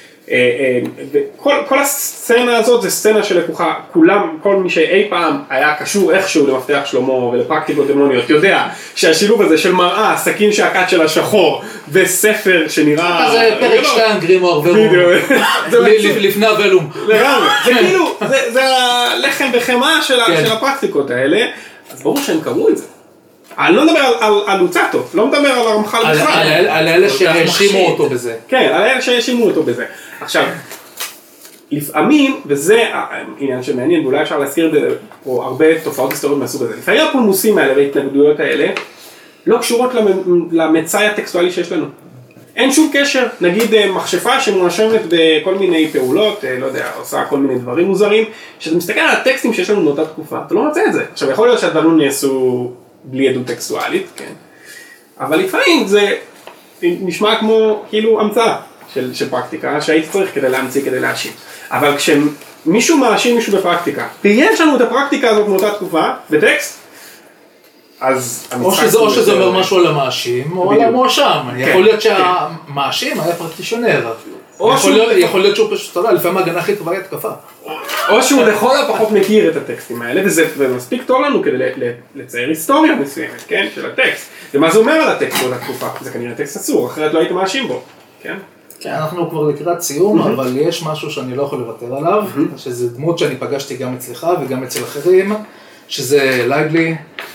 כל הסצנה הזאת זה סצנה שלקוחה, כל מי שאי פעם היה קשור איכשהו למפתח שלמה ולפרקטיקות דמוניות יודע שהשילוב הזה של מראה, סכין שהקט שלה שחור וספר שנראה... זה פרק 2 גרימור לפני הוולום. זה כאילו, זה הלחם וחמאה של הפרקטיקות האלה, אז ברור שהם קראו את זה. אני לא מדבר על לוצטו, לא מדבר על הרמח"ל בכלל. על אלה שהאשימו אותו בזה. כן, על אלה שהאשימו אותו בזה. עכשיו, לפעמים, וזה העניין שמעניין, ואולי אפשר להזכיר פה הרבה תופעות היסטוריות מהסוג הזה, לפעמים הפולמוסים האלה וההתנגדויות האלה לא קשורות למצאי הטקסטואלי שיש לנו. אין שום קשר, נגיד מחשפה שמואשמת בכל מיני פעולות, לא יודע, עושה כל מיני דברים מוזרים, שאתה מסתכל על הטקסטים שיש לנו מאותה תקופה, אתה לא מוצא את זה. עכשיו, יכול להיות שהדברים נעשו בלי עדות טקסטואלית, כן. אבל לפעמים זה נשמע כמו כאילו המצאה של פרקטיקה שהייתי צריך כדי להמציא, כדי להאשים. אבל כשמישהו מאשים מישהו בפרקטיקה, ויש לנו את הפרקטיקה הזאת מאותה תקופה, בטקסט, אז... או שזה אומר משהו על המאשים, או על המואשם. יכול להיות שהמאשים היה פרקטישונר. יכול להיות שהוא פשוט, אתה יודע, לפעמים ההגנה הכי טובה היא התקפה. או שהוא לכל הפחות מכיר את הטקסטים האלה, וזה מספיק טוב לנו כדי לצייר היסטוריה מסוימת, כן, של הטקסט. ומה זה אומר על הטקסט באותה תקופה? זה כנראה טקסט אסור, אחרת לא היית מאשים בו, כן? כן, אנחנו כבר לקראת סיום, אבל יש משהו שאני לא יכול לוותר עליו, שזה דמות שאני פגשתי גם אצלך וגם אצל אחרים, שזה לייבלי,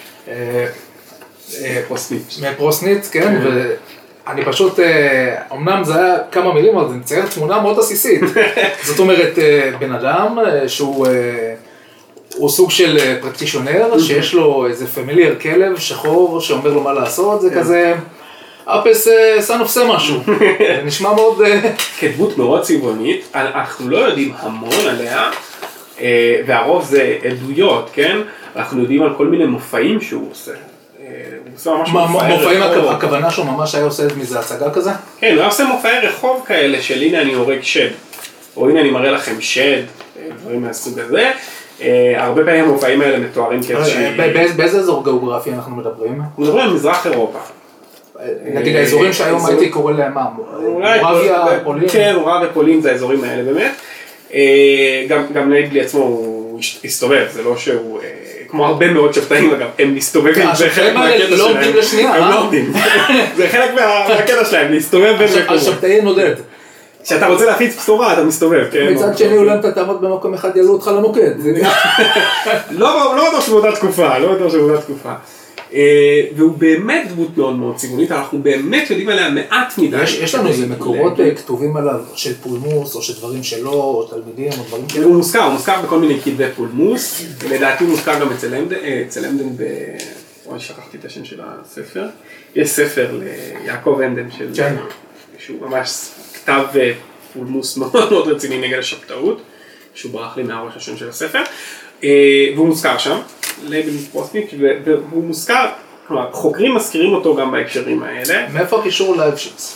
מפרוסנית, כן, ואני פשוט, אמנם זה היה כמה מילים, אבל זה מצייר תמונה מאוד עסיסית. זאת אומרת, בן אדם שהוא סוג של פרקטישונר, שיש לו איזה פמיליאר כלב שחור שאומר לו מה לעשות, זה כזה, אפס סן עושה משהו, זה נשמע מאוד... כדמות מאוד צבעונית, אנחנו לא יודעים המון עליה, והרוב זה עדויות, כן? אנחנו יודעים על כל מיני מופעים שהוא עושה. מופעים, הכוונה שהוא ממש היה עושה מזה הצגה כזה? כן, הוא היה עושה מופעי רחוב כאלה של הנה אני הורג שד, או הנה אני מראה לכם שד, דברים מהסוג הזה. הרבה פעמים המופעים האלה מתוארים כאיזושהי... באיזה אזור גיאוגרפי אנחנו מדברים? אנחנו מדברים על מזרח אירופה. נגיד האזורים שהיום הייתי קורא להם מה? מורביה, פולין? כן, מורביה ופולין זה האזורים האלה באמת. גם לייבלי עצמו הוא הסתובב, זה לא שהוא... כמו הרבה מאוד שבתאים אגב, הם מסתובבים, זה חלק מהקטע שלהם. לא עומדים לשנייה, הם לא עומדים. זה חלק מהקטע שלהם, להסתובב בין מקומות. השבתאי נודד. כשאתה רוצה להפיץ בשורה, אתה מסתובב, כן? מצד שני אולי אתה תעמוד במקום אחד, יעלו אותך למוקד. לא בטוח שבאותה תקופה, לא בטוח שבאותה תקופה. והוא באמת דמות מאוד מאוד צבעונית, אנחנו באמת יודעים עליה מעט מדי. יש לנו איזה מקורות כתובים עליו של פולמוס, או של דברים שלו, או תלמידים, או דברים כאלה? הוא מוזכר בכל מיני כתבי פולמוס, לדעתי הוא מוזכר גם אצל הנדן אוי, שכחתי את השם של הספר. יש ספר ליעקב הנדן, שהוא ממש כתב פולמוס מאוד מאוד רציני נגד השבתאות, שהוא ברח לי מהראש השם של הספר, והוא מוזכר שם. לייבלי מפרוסניק, והוא מוזכר, כלומר, חוקרים מזכירים אותו גם בהקשרים האלה. מאיפה הקישור לייבשיץ?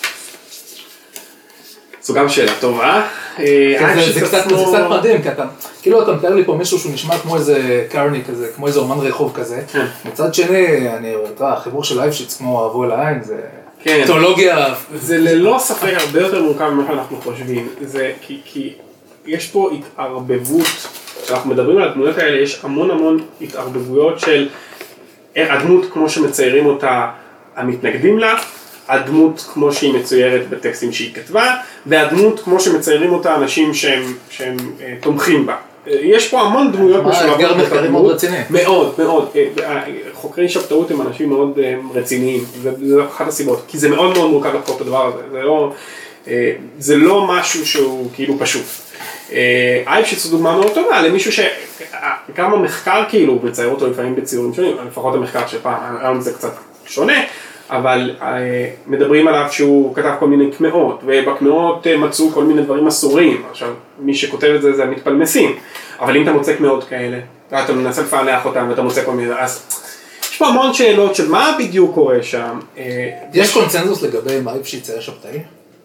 זו גם שאלה טובה. זה קצת מדהים, כי כאילו אתה מתאר לי פה מישהו שהוא נשמע כמו איזה קרני כזה, כמו איזה אומן רחוב כזה. מצד שני, החיבור של לייבשיץ כמו אהבו אל העין, זה תיאולוגיה. זה ללא ספק הרבה יותר מורכב ממה שאנחנו חושבים. זה כי יש פה התערבבות. כשאנחנו מדברים על הדמויות האלה, יש המון התערבבויות של הדמות כמו שמציירים אותה המתנגדים לה, הדמות כמו שהיא מצוירת בטקסטים שהיא כתבה, והדמות כמו שמציירים אותה אנשים שהם תומכים בה. יש פה המון דמויות משולבות. אתגר מחקרי מאוד רציני. מאוד. חוקרי שבתאות הם אנשים מאוד רציניים, וזה אחת הסיבות, כי זה מאוד מורכב לחקור את הדבר הזה, זה לא משהו שהוא כאילו פשוט. לייבשיץ הוא דוגמה מאוד טובה למישהו שגם המחקר כאילו מצייר אותו לפעמים בציורים שונים, לפחות המחקר שפעם, היום זה קצת שונה, אבל מדברים עליו שהוא כתב כל מיני קמאות, ובקמאות מצאו כל מיני דברים אסורים. עכשיו, מי שכותב את זה זה המתפלמסים, אבל אם אתה מוצא קמאות כאלה, אתה מנסה לפענח אותם ואתה מוצא כל מיני, אז יש פה המון שאלות של מה בדיוק קורה שם. יש קונצנזוס לגבי מה לייבשיץ היה שבתאי?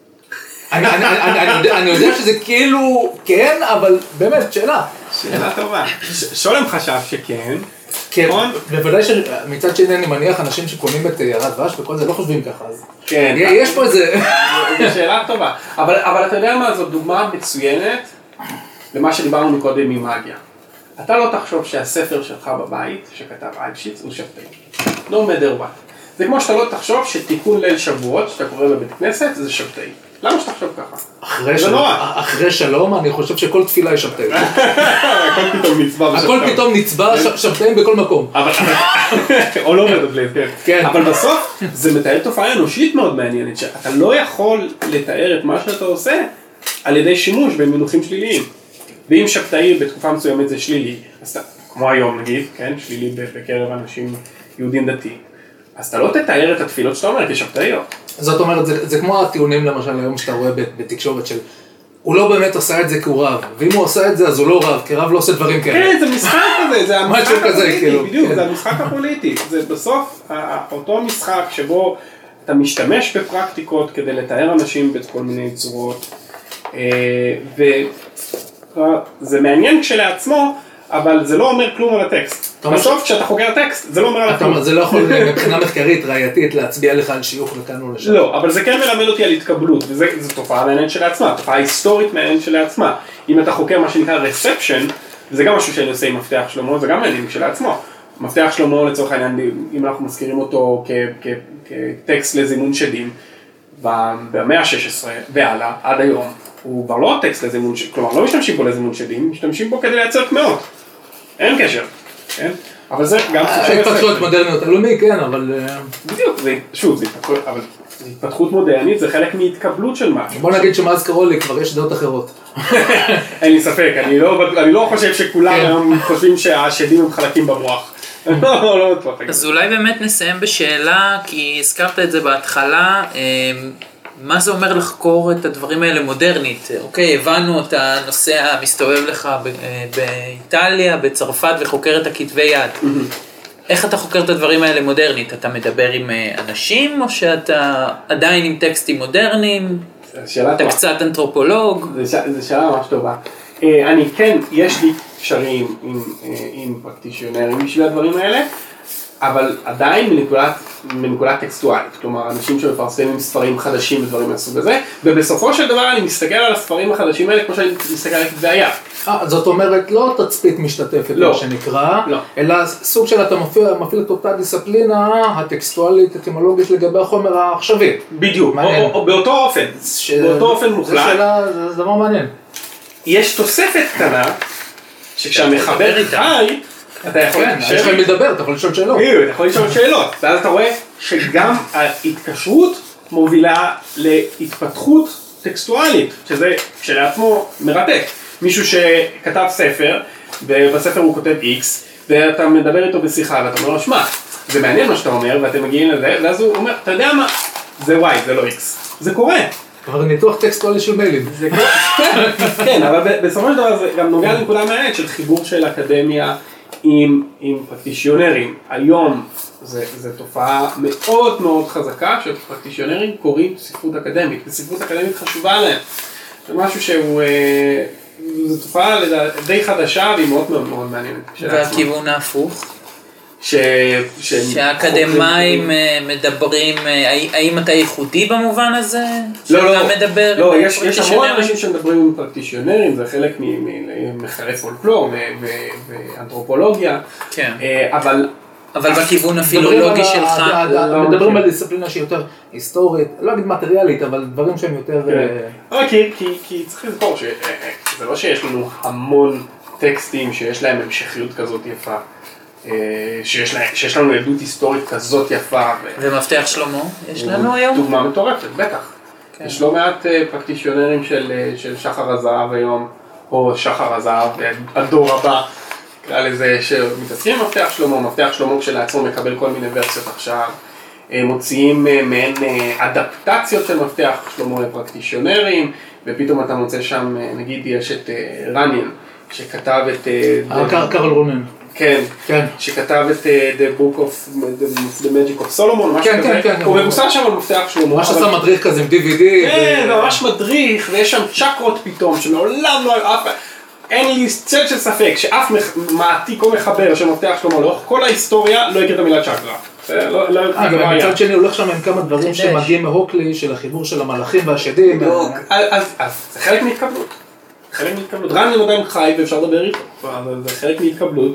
אני יודע שזה כאילו כן, אבל באמת, שאלה. שאלה טובה. שולם חשב שכן. כן, בוודאי שמצד שני אני מניח אנשים שקונים את ירד דבש וכל זה לא חושבים ככה, אז יש פה איזה... זו שאלה טובה. אבל אתה יודע מה, זו דוגמה מצוינת למה שדיברנו מקודם ממאגיה. אתה לא תחשוב שהספר שלך בבית, שכתב לייבשיץ, הוא שבתאי. No matter what. זה כמו שאתה לא תחשוב שתיקון ליל שבועות, שאתה קורא בבית כנסת, זה שבתאי. למה שתחשוב ככה? אחרי שלום, אני חושב שכל תפילה היא שבתאית. הכל פתאום נצבע. הכל פתאום נצבע שבתאים בכל מקום. או לא מדבלת, כן. אבל בסוף זה מתאר תופעה אנושית מאוד מעניינת, שאתה לא יכול לתאר את מה שאתה עושה על ידי שימוש במינוחים שליליים. ואם שבתאי בתקופה מסוימת זה שלילי, כמו היום נגיד, שלילי בקרב אנשים יהודים דתיים. אז אתה לא תתאר את התפילות שאתה אומר כשבתאיות. זאת אומרת, זה כמו הטיעונים למשל היום שאתה רואה בתקשורת של הוא לא באמת עשה את זה כי הוא רב, ואם הוא עשה את זה אז הוא לא רב, כי רב לא עושה דברים כאלה. כן, זה משחק כזה, זה המשחק הפוליטי, בדיוק, זה המשחק הפוליטי. זה בסוף אותו משחק שבו אתה משתמש בפרקטיקות כדי לתאר אנשים בכל מיני צורות, וזה מעניין כשלעצמו, אבל זה לא אומר כלום על הטקסט. בסוף כשאתה חוקר טקסט, זה לא אומר על כלום. זה לא יכול מבחינה מחקרית, ראייתית, להצביע לך על שיוך לכאן או לשם. לא, אבל זה כן מלמד אותי על התקבלות, וזו תופעה מעניינת שלעצמה, תופעה היסטורית מעניינת שלעצמה. אם אתה חוקר מה שנקרא reception, זה גם משהו שאני עושה עם מפתח שלמה, זה גם מעניין שלעצמו. מפתח שלמה לצורך העניין, אם אנחנו מזכירים אותו כטקסט לזימון שדים, במאה ה-16 והלאה, עד היום, הוא כבר לא טקסט לזימון שדים, כלומר לא משתמשים בו לזימון שדים, משתמשים בו כדי לייצר תמאות. אין קשר, כן? אבל זה גם... התפתחות מודרניות, אלומי, כן, אבל... בדיוק, שוב, זה התפתחות מודרנית, זה חלק מהתקבלות של משהו. בוא נגיד שמאז קרולי כבר יש דעות אחרות. אין לי ספק, אני לא חושב שכולם חושבים שהשדים הם חלקים במוח. לא בטוח. אז אולי באמת נסיים בשאלה, כי הזכרת את זה בהתחלה, מה זה אומר לחקור את הדברים האלה מודרנית? אוקיי, הבנו את הנושא המסתובב לך באיטליה, בצרפת, וחוקר את הכתבי יד. איך אתה חוקר את הדברים האלה מודרנית? אתה מדבר עם אנשים, או שאתה עדיין עם טקסטים מודרניים? אתה קצת אנתרופולוג? זו שאלה ממש טובה. אני כן, יש לי קשרים עם פרקטישיונרים בשביל הדברים האלה, אבל עדיין מנקודת טקסטואלית, כלומר אנשים שמפרסמים ספרים חדשים ודברים מהסוג הזה, ובסופו של דבר אני מסתכל על הספרים החדשים האלה כמו שאני מסתכל על כתבי היד. זאת אומרת לא תצפית משתתפת, מה שנקרא, אלא סוג של אתה מפעיל את אותה דיסציפלינה הטקסטואלית, אטימולוגית לגבי החומר העכשווי. בדיוק, או באותו אופן מוחלט. זה דבר מעניין. יש תוספת קטנה, שכשהמחבר חי, אתה יכול לדבר, אתה יכול לשאול שאלות. אתה יכול לשאול שאלות, ואז אתה רואה שגם ההתקשרות מובילה להתפתחות טקסטואלית, שזה כשלעצמו מרתק. מישהו שכתב ספר, ובספר הוא כותב X, ואתה מדבר איתו בשיחה, ואתה אומר לו, שמע, זה מעניין מה שאתה אומר, ואתם מגיעים לזה, ואז הוא אומר, אתה יודע מה, זה Y, זה לא X. זה קורה. אבל ניתוח טקסטואלי של מיילים. כן, אבל בסופו של דבר זה גם נוגע לנקודה מעניינת של חיבור של אקדמיה עם פרקטישיונרים. היום זו תופעה מאוד מאוד חזקה שפרקטישיונרים קוראים ספרות אקדמית, וספרות אקדמית חשובה להם. זה משהו זו תופעה די חדשה והיא מאוד מאוד מאוד מעניינת. והכיוון ההפוך? שהאקדמיים מדברים, האם אתה ייחודי במובן הזה? לא, יש המון אנשים שמדברים עם פרקטישיונרים, זה חלק ממחקרי פולקלור ואנתרופולוגיה, אבל בכיוון הפילולוגי שלך... מדברים על דיסציפלינה שהיא יותר היסטורית, לא אגיד מטריאלית, אבל דברים שהם יותר... כי צריך לזכור שזה לא שיש לנו המון טקסטים שיש להם המשכיות כזאת יפה. שיש לנו עדות היסטורית כזאת יפה. ומפתח שלמה יש לנו היום? דוגמה מטורפת, בטח. יש לא מעט פרקטישיונרים של שחר הזהב היום, או שחר הזהב, הדור הבא, נקרא לזה, שמתעסקים עם מפתח שלמה. מפתח שלמה כשלעצמו מקבל כל מיני ורסיות עכשיו, מוציאים מעין אדפטציות של מפתח שלמה לפרקטישיונרים, ופתאום אתה מוצא שם, נגיד יש את רניאן, שכתב את... קרל רונן. כן, שכתב את The Book of the Magic of Solomon, משהו כזה, הוא מבוסס שם על מפתח שלמה. ממש עשה מדריך כזה עם DVD. כן, ממש מדריך, ויש שם צ'קרות פתאום, שמעולם לא היה אף... אין לי צל של ספק שאף מעתיק או מחבר של מפתח שלמה לאורך כל ההיסטוריה לא הכיר את המילה צ'קרה. גם מצד שני הולך שם עם כמה דברים שמגיעים מהוקלי, של החיבור של המלאכים והשדים. אז זה חלק מהתקבלות. רן עדיין חי ואפשר לדבר איתו, זה חלק מהתקבלות.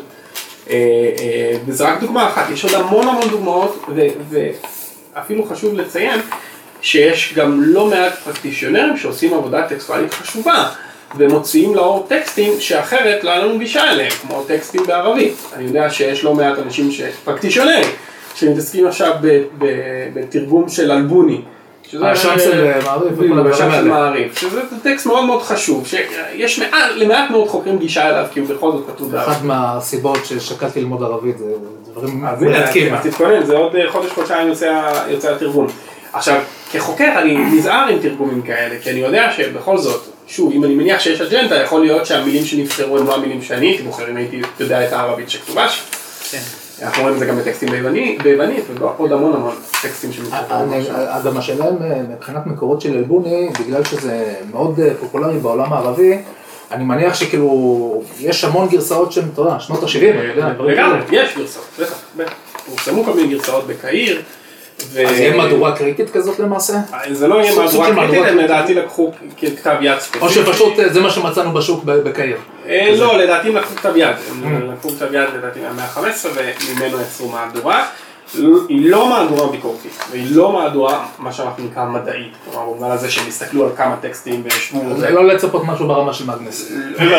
וזה רק דוגמה אחת, יש עוד המון דוגמאות, ואפילו חשוב לציין שיש גם לא מעט פרקטישיונרים שעושים עבודה טקסטואלית חשובה, ומוציאים לאור טקסטים שאחרת לא לנו גישה אליהם, כמו טקסטים בערבית. אני יודע שיש לא מעט אנשים פרקטישיונרים, שמתעסקים עכשיו בתרגום של אלבוני. השם של מעריף. שזה טקסט מאוד מאוד חשוב, שיש למעט מאוד חוקרים גישה אליו, כי הוא בכל זאת כתוב בערבית. אחת מהסיבות ששקלתי ללמוד ערבית, זה דברים מנתקים. אז תתכונן, זה עוד חודש-חודשיים יוצא התרגום. עכשיו, כחוקר אני נזהר עם תרגומים כאלה, כי אני יודע שבכל זאת, שוב, אם אני מניח שיש אג'נדה, יכול להיות שהמילים שנבחרו הם לא המילים שאני הייתי בוחר, אם הייתי יודע את הערבית שכתובה שם. אנחנו רואים את זה גם בטקסטים ביוונית, ועוד המון טקסטים שמתקרבים. גם השאלה מבחינת מקורות של אלבוני, בגלל שזה מאוד פופולרי בעולם הערבי, אני מניח שכאילו, יש המון גרסאות שהן, אתה יודע, שנות ה-70, אני יודע. לגמרי, יש גרסאות, בטח. פורסמו כל מיני גרסאות בקהיר. אז יהיה מהדורה קריטית כזאת למעשה? זה לא יהיה מהדורה קריטית, הם לדעתי לקחו כתב יד ספציפי. או שפשוט זה מה שמצאנו בשוק בקהיר? לא, לדעתי הם לקחו כתב יד. הם לקחו כתב יד לדעתי מה-115 וממנו יצרו מהדורה. היא לא מהדורה ביקורתית, והיא לא מהדורה, מה שאנחנו נקרא מדעית. כלומר, במובן הזה שהם הסתכלו על כמה טקסטים וישבו. זה לא לצפות משהו ברמה של מאגנס.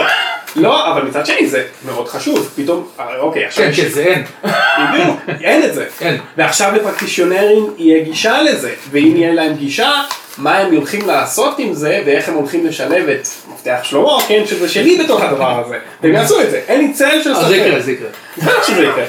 לא, אבל מצד שני זה מאוד חשוב. פתאום, אוקיי, עכשיו... כן, זה אין. בדיוק, אין את זה. ועכשיו לפרקטישיונרים יהיה גישה לזה, ואם יהיה להם גישה, מה הם הולכים לעשות עם זה, ואיך הם הולכים לשלב את מפתח שלמה, כן, שזה שלי בתוך הדבר הזה. והם יעשו את זה, אין לי צל של סופר. זה יקרה. שזה יקרה.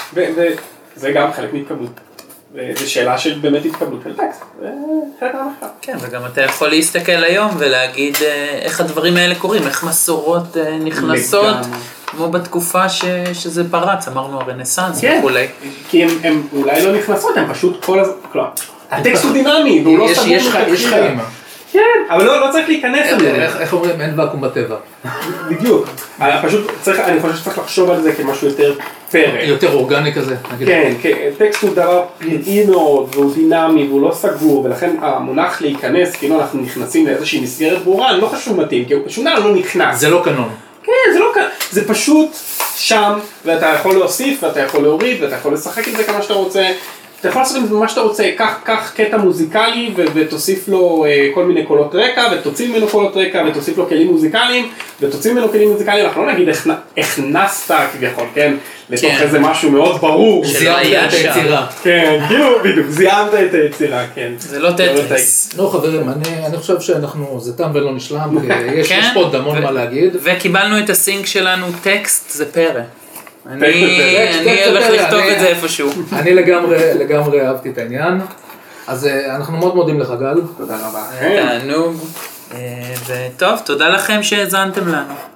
וזה גם חלק מהתקבלות. זו שאלה של באמת התקבלות של טקסט. זה חלק מהמחקר. כן, וגם אתה יכול להסתכל היום ולהגיד איך הדברים האלה קורים, איך מסורות נכנסות, כמו בתקופה שזה פרץ, אמרנו הרנסנס וכולי. כי הן אולי לא נכנסות, הן פשוט כל הזמן, כלומר, הטקסט הוא דינמי, והוא לא סגור. יש חיים. כן, אבל לא צריך להיכנס לזה. איך אומרים, אין ואקום בטבע. בדיוק. אני חושב שצריך לחשוב על זה כמשהו יותר פרק. יותר אורגני כזה. כן, טקסט הוא דבר פראי מאוד, והוא דינמי, והוא לא סגור, ולכן המונח להיכנס, כאילו אנחנו נכנסים לאיזושהי מסגרת ברורה, אני לא חושב שהוא מתאים, כי שום דבר לא נכנס. זה לא קנון. כן, זה לא קנון. זה פשוט שם, ואתה יכול להוסיף, ואתה יכול להוריד, ואתה יכול לשחק עם זה כמה שאתה רוצה. אתה יכול לעשות עם זה מה שאתה רוצה, קח קטע מוזיקלי ותוסיף לו כל מיני קולות רקע, ותוציא ממנו קולות רקע, ותוסיף לו כלים מוזיקליים, ותוציא ממנו כלים מוזיקליים, אנחנו לא נגיד הכנסת כביכול, כן? לתוך איזה משהו מאוד ברור. זיהמת את היצירה. כן, כאילו, בדיוק, זיהמת את היצירה, כן. זה לא טטריס. לא חברים, אני חושב שאנחנו, זה תם ולא נשלם, יש פה עוד המון מה להגיד. וקיבלנו את הסינק שלנו, טקסט זה פרא. אני הולך לכתוב את זה איפשהו. אני לגמרי אהבתי את העניין. אז אנחנו מאוד מודים לך גל. תודה רבה. תענוג. וטוב, תודה לכם שהאזנתם לנו.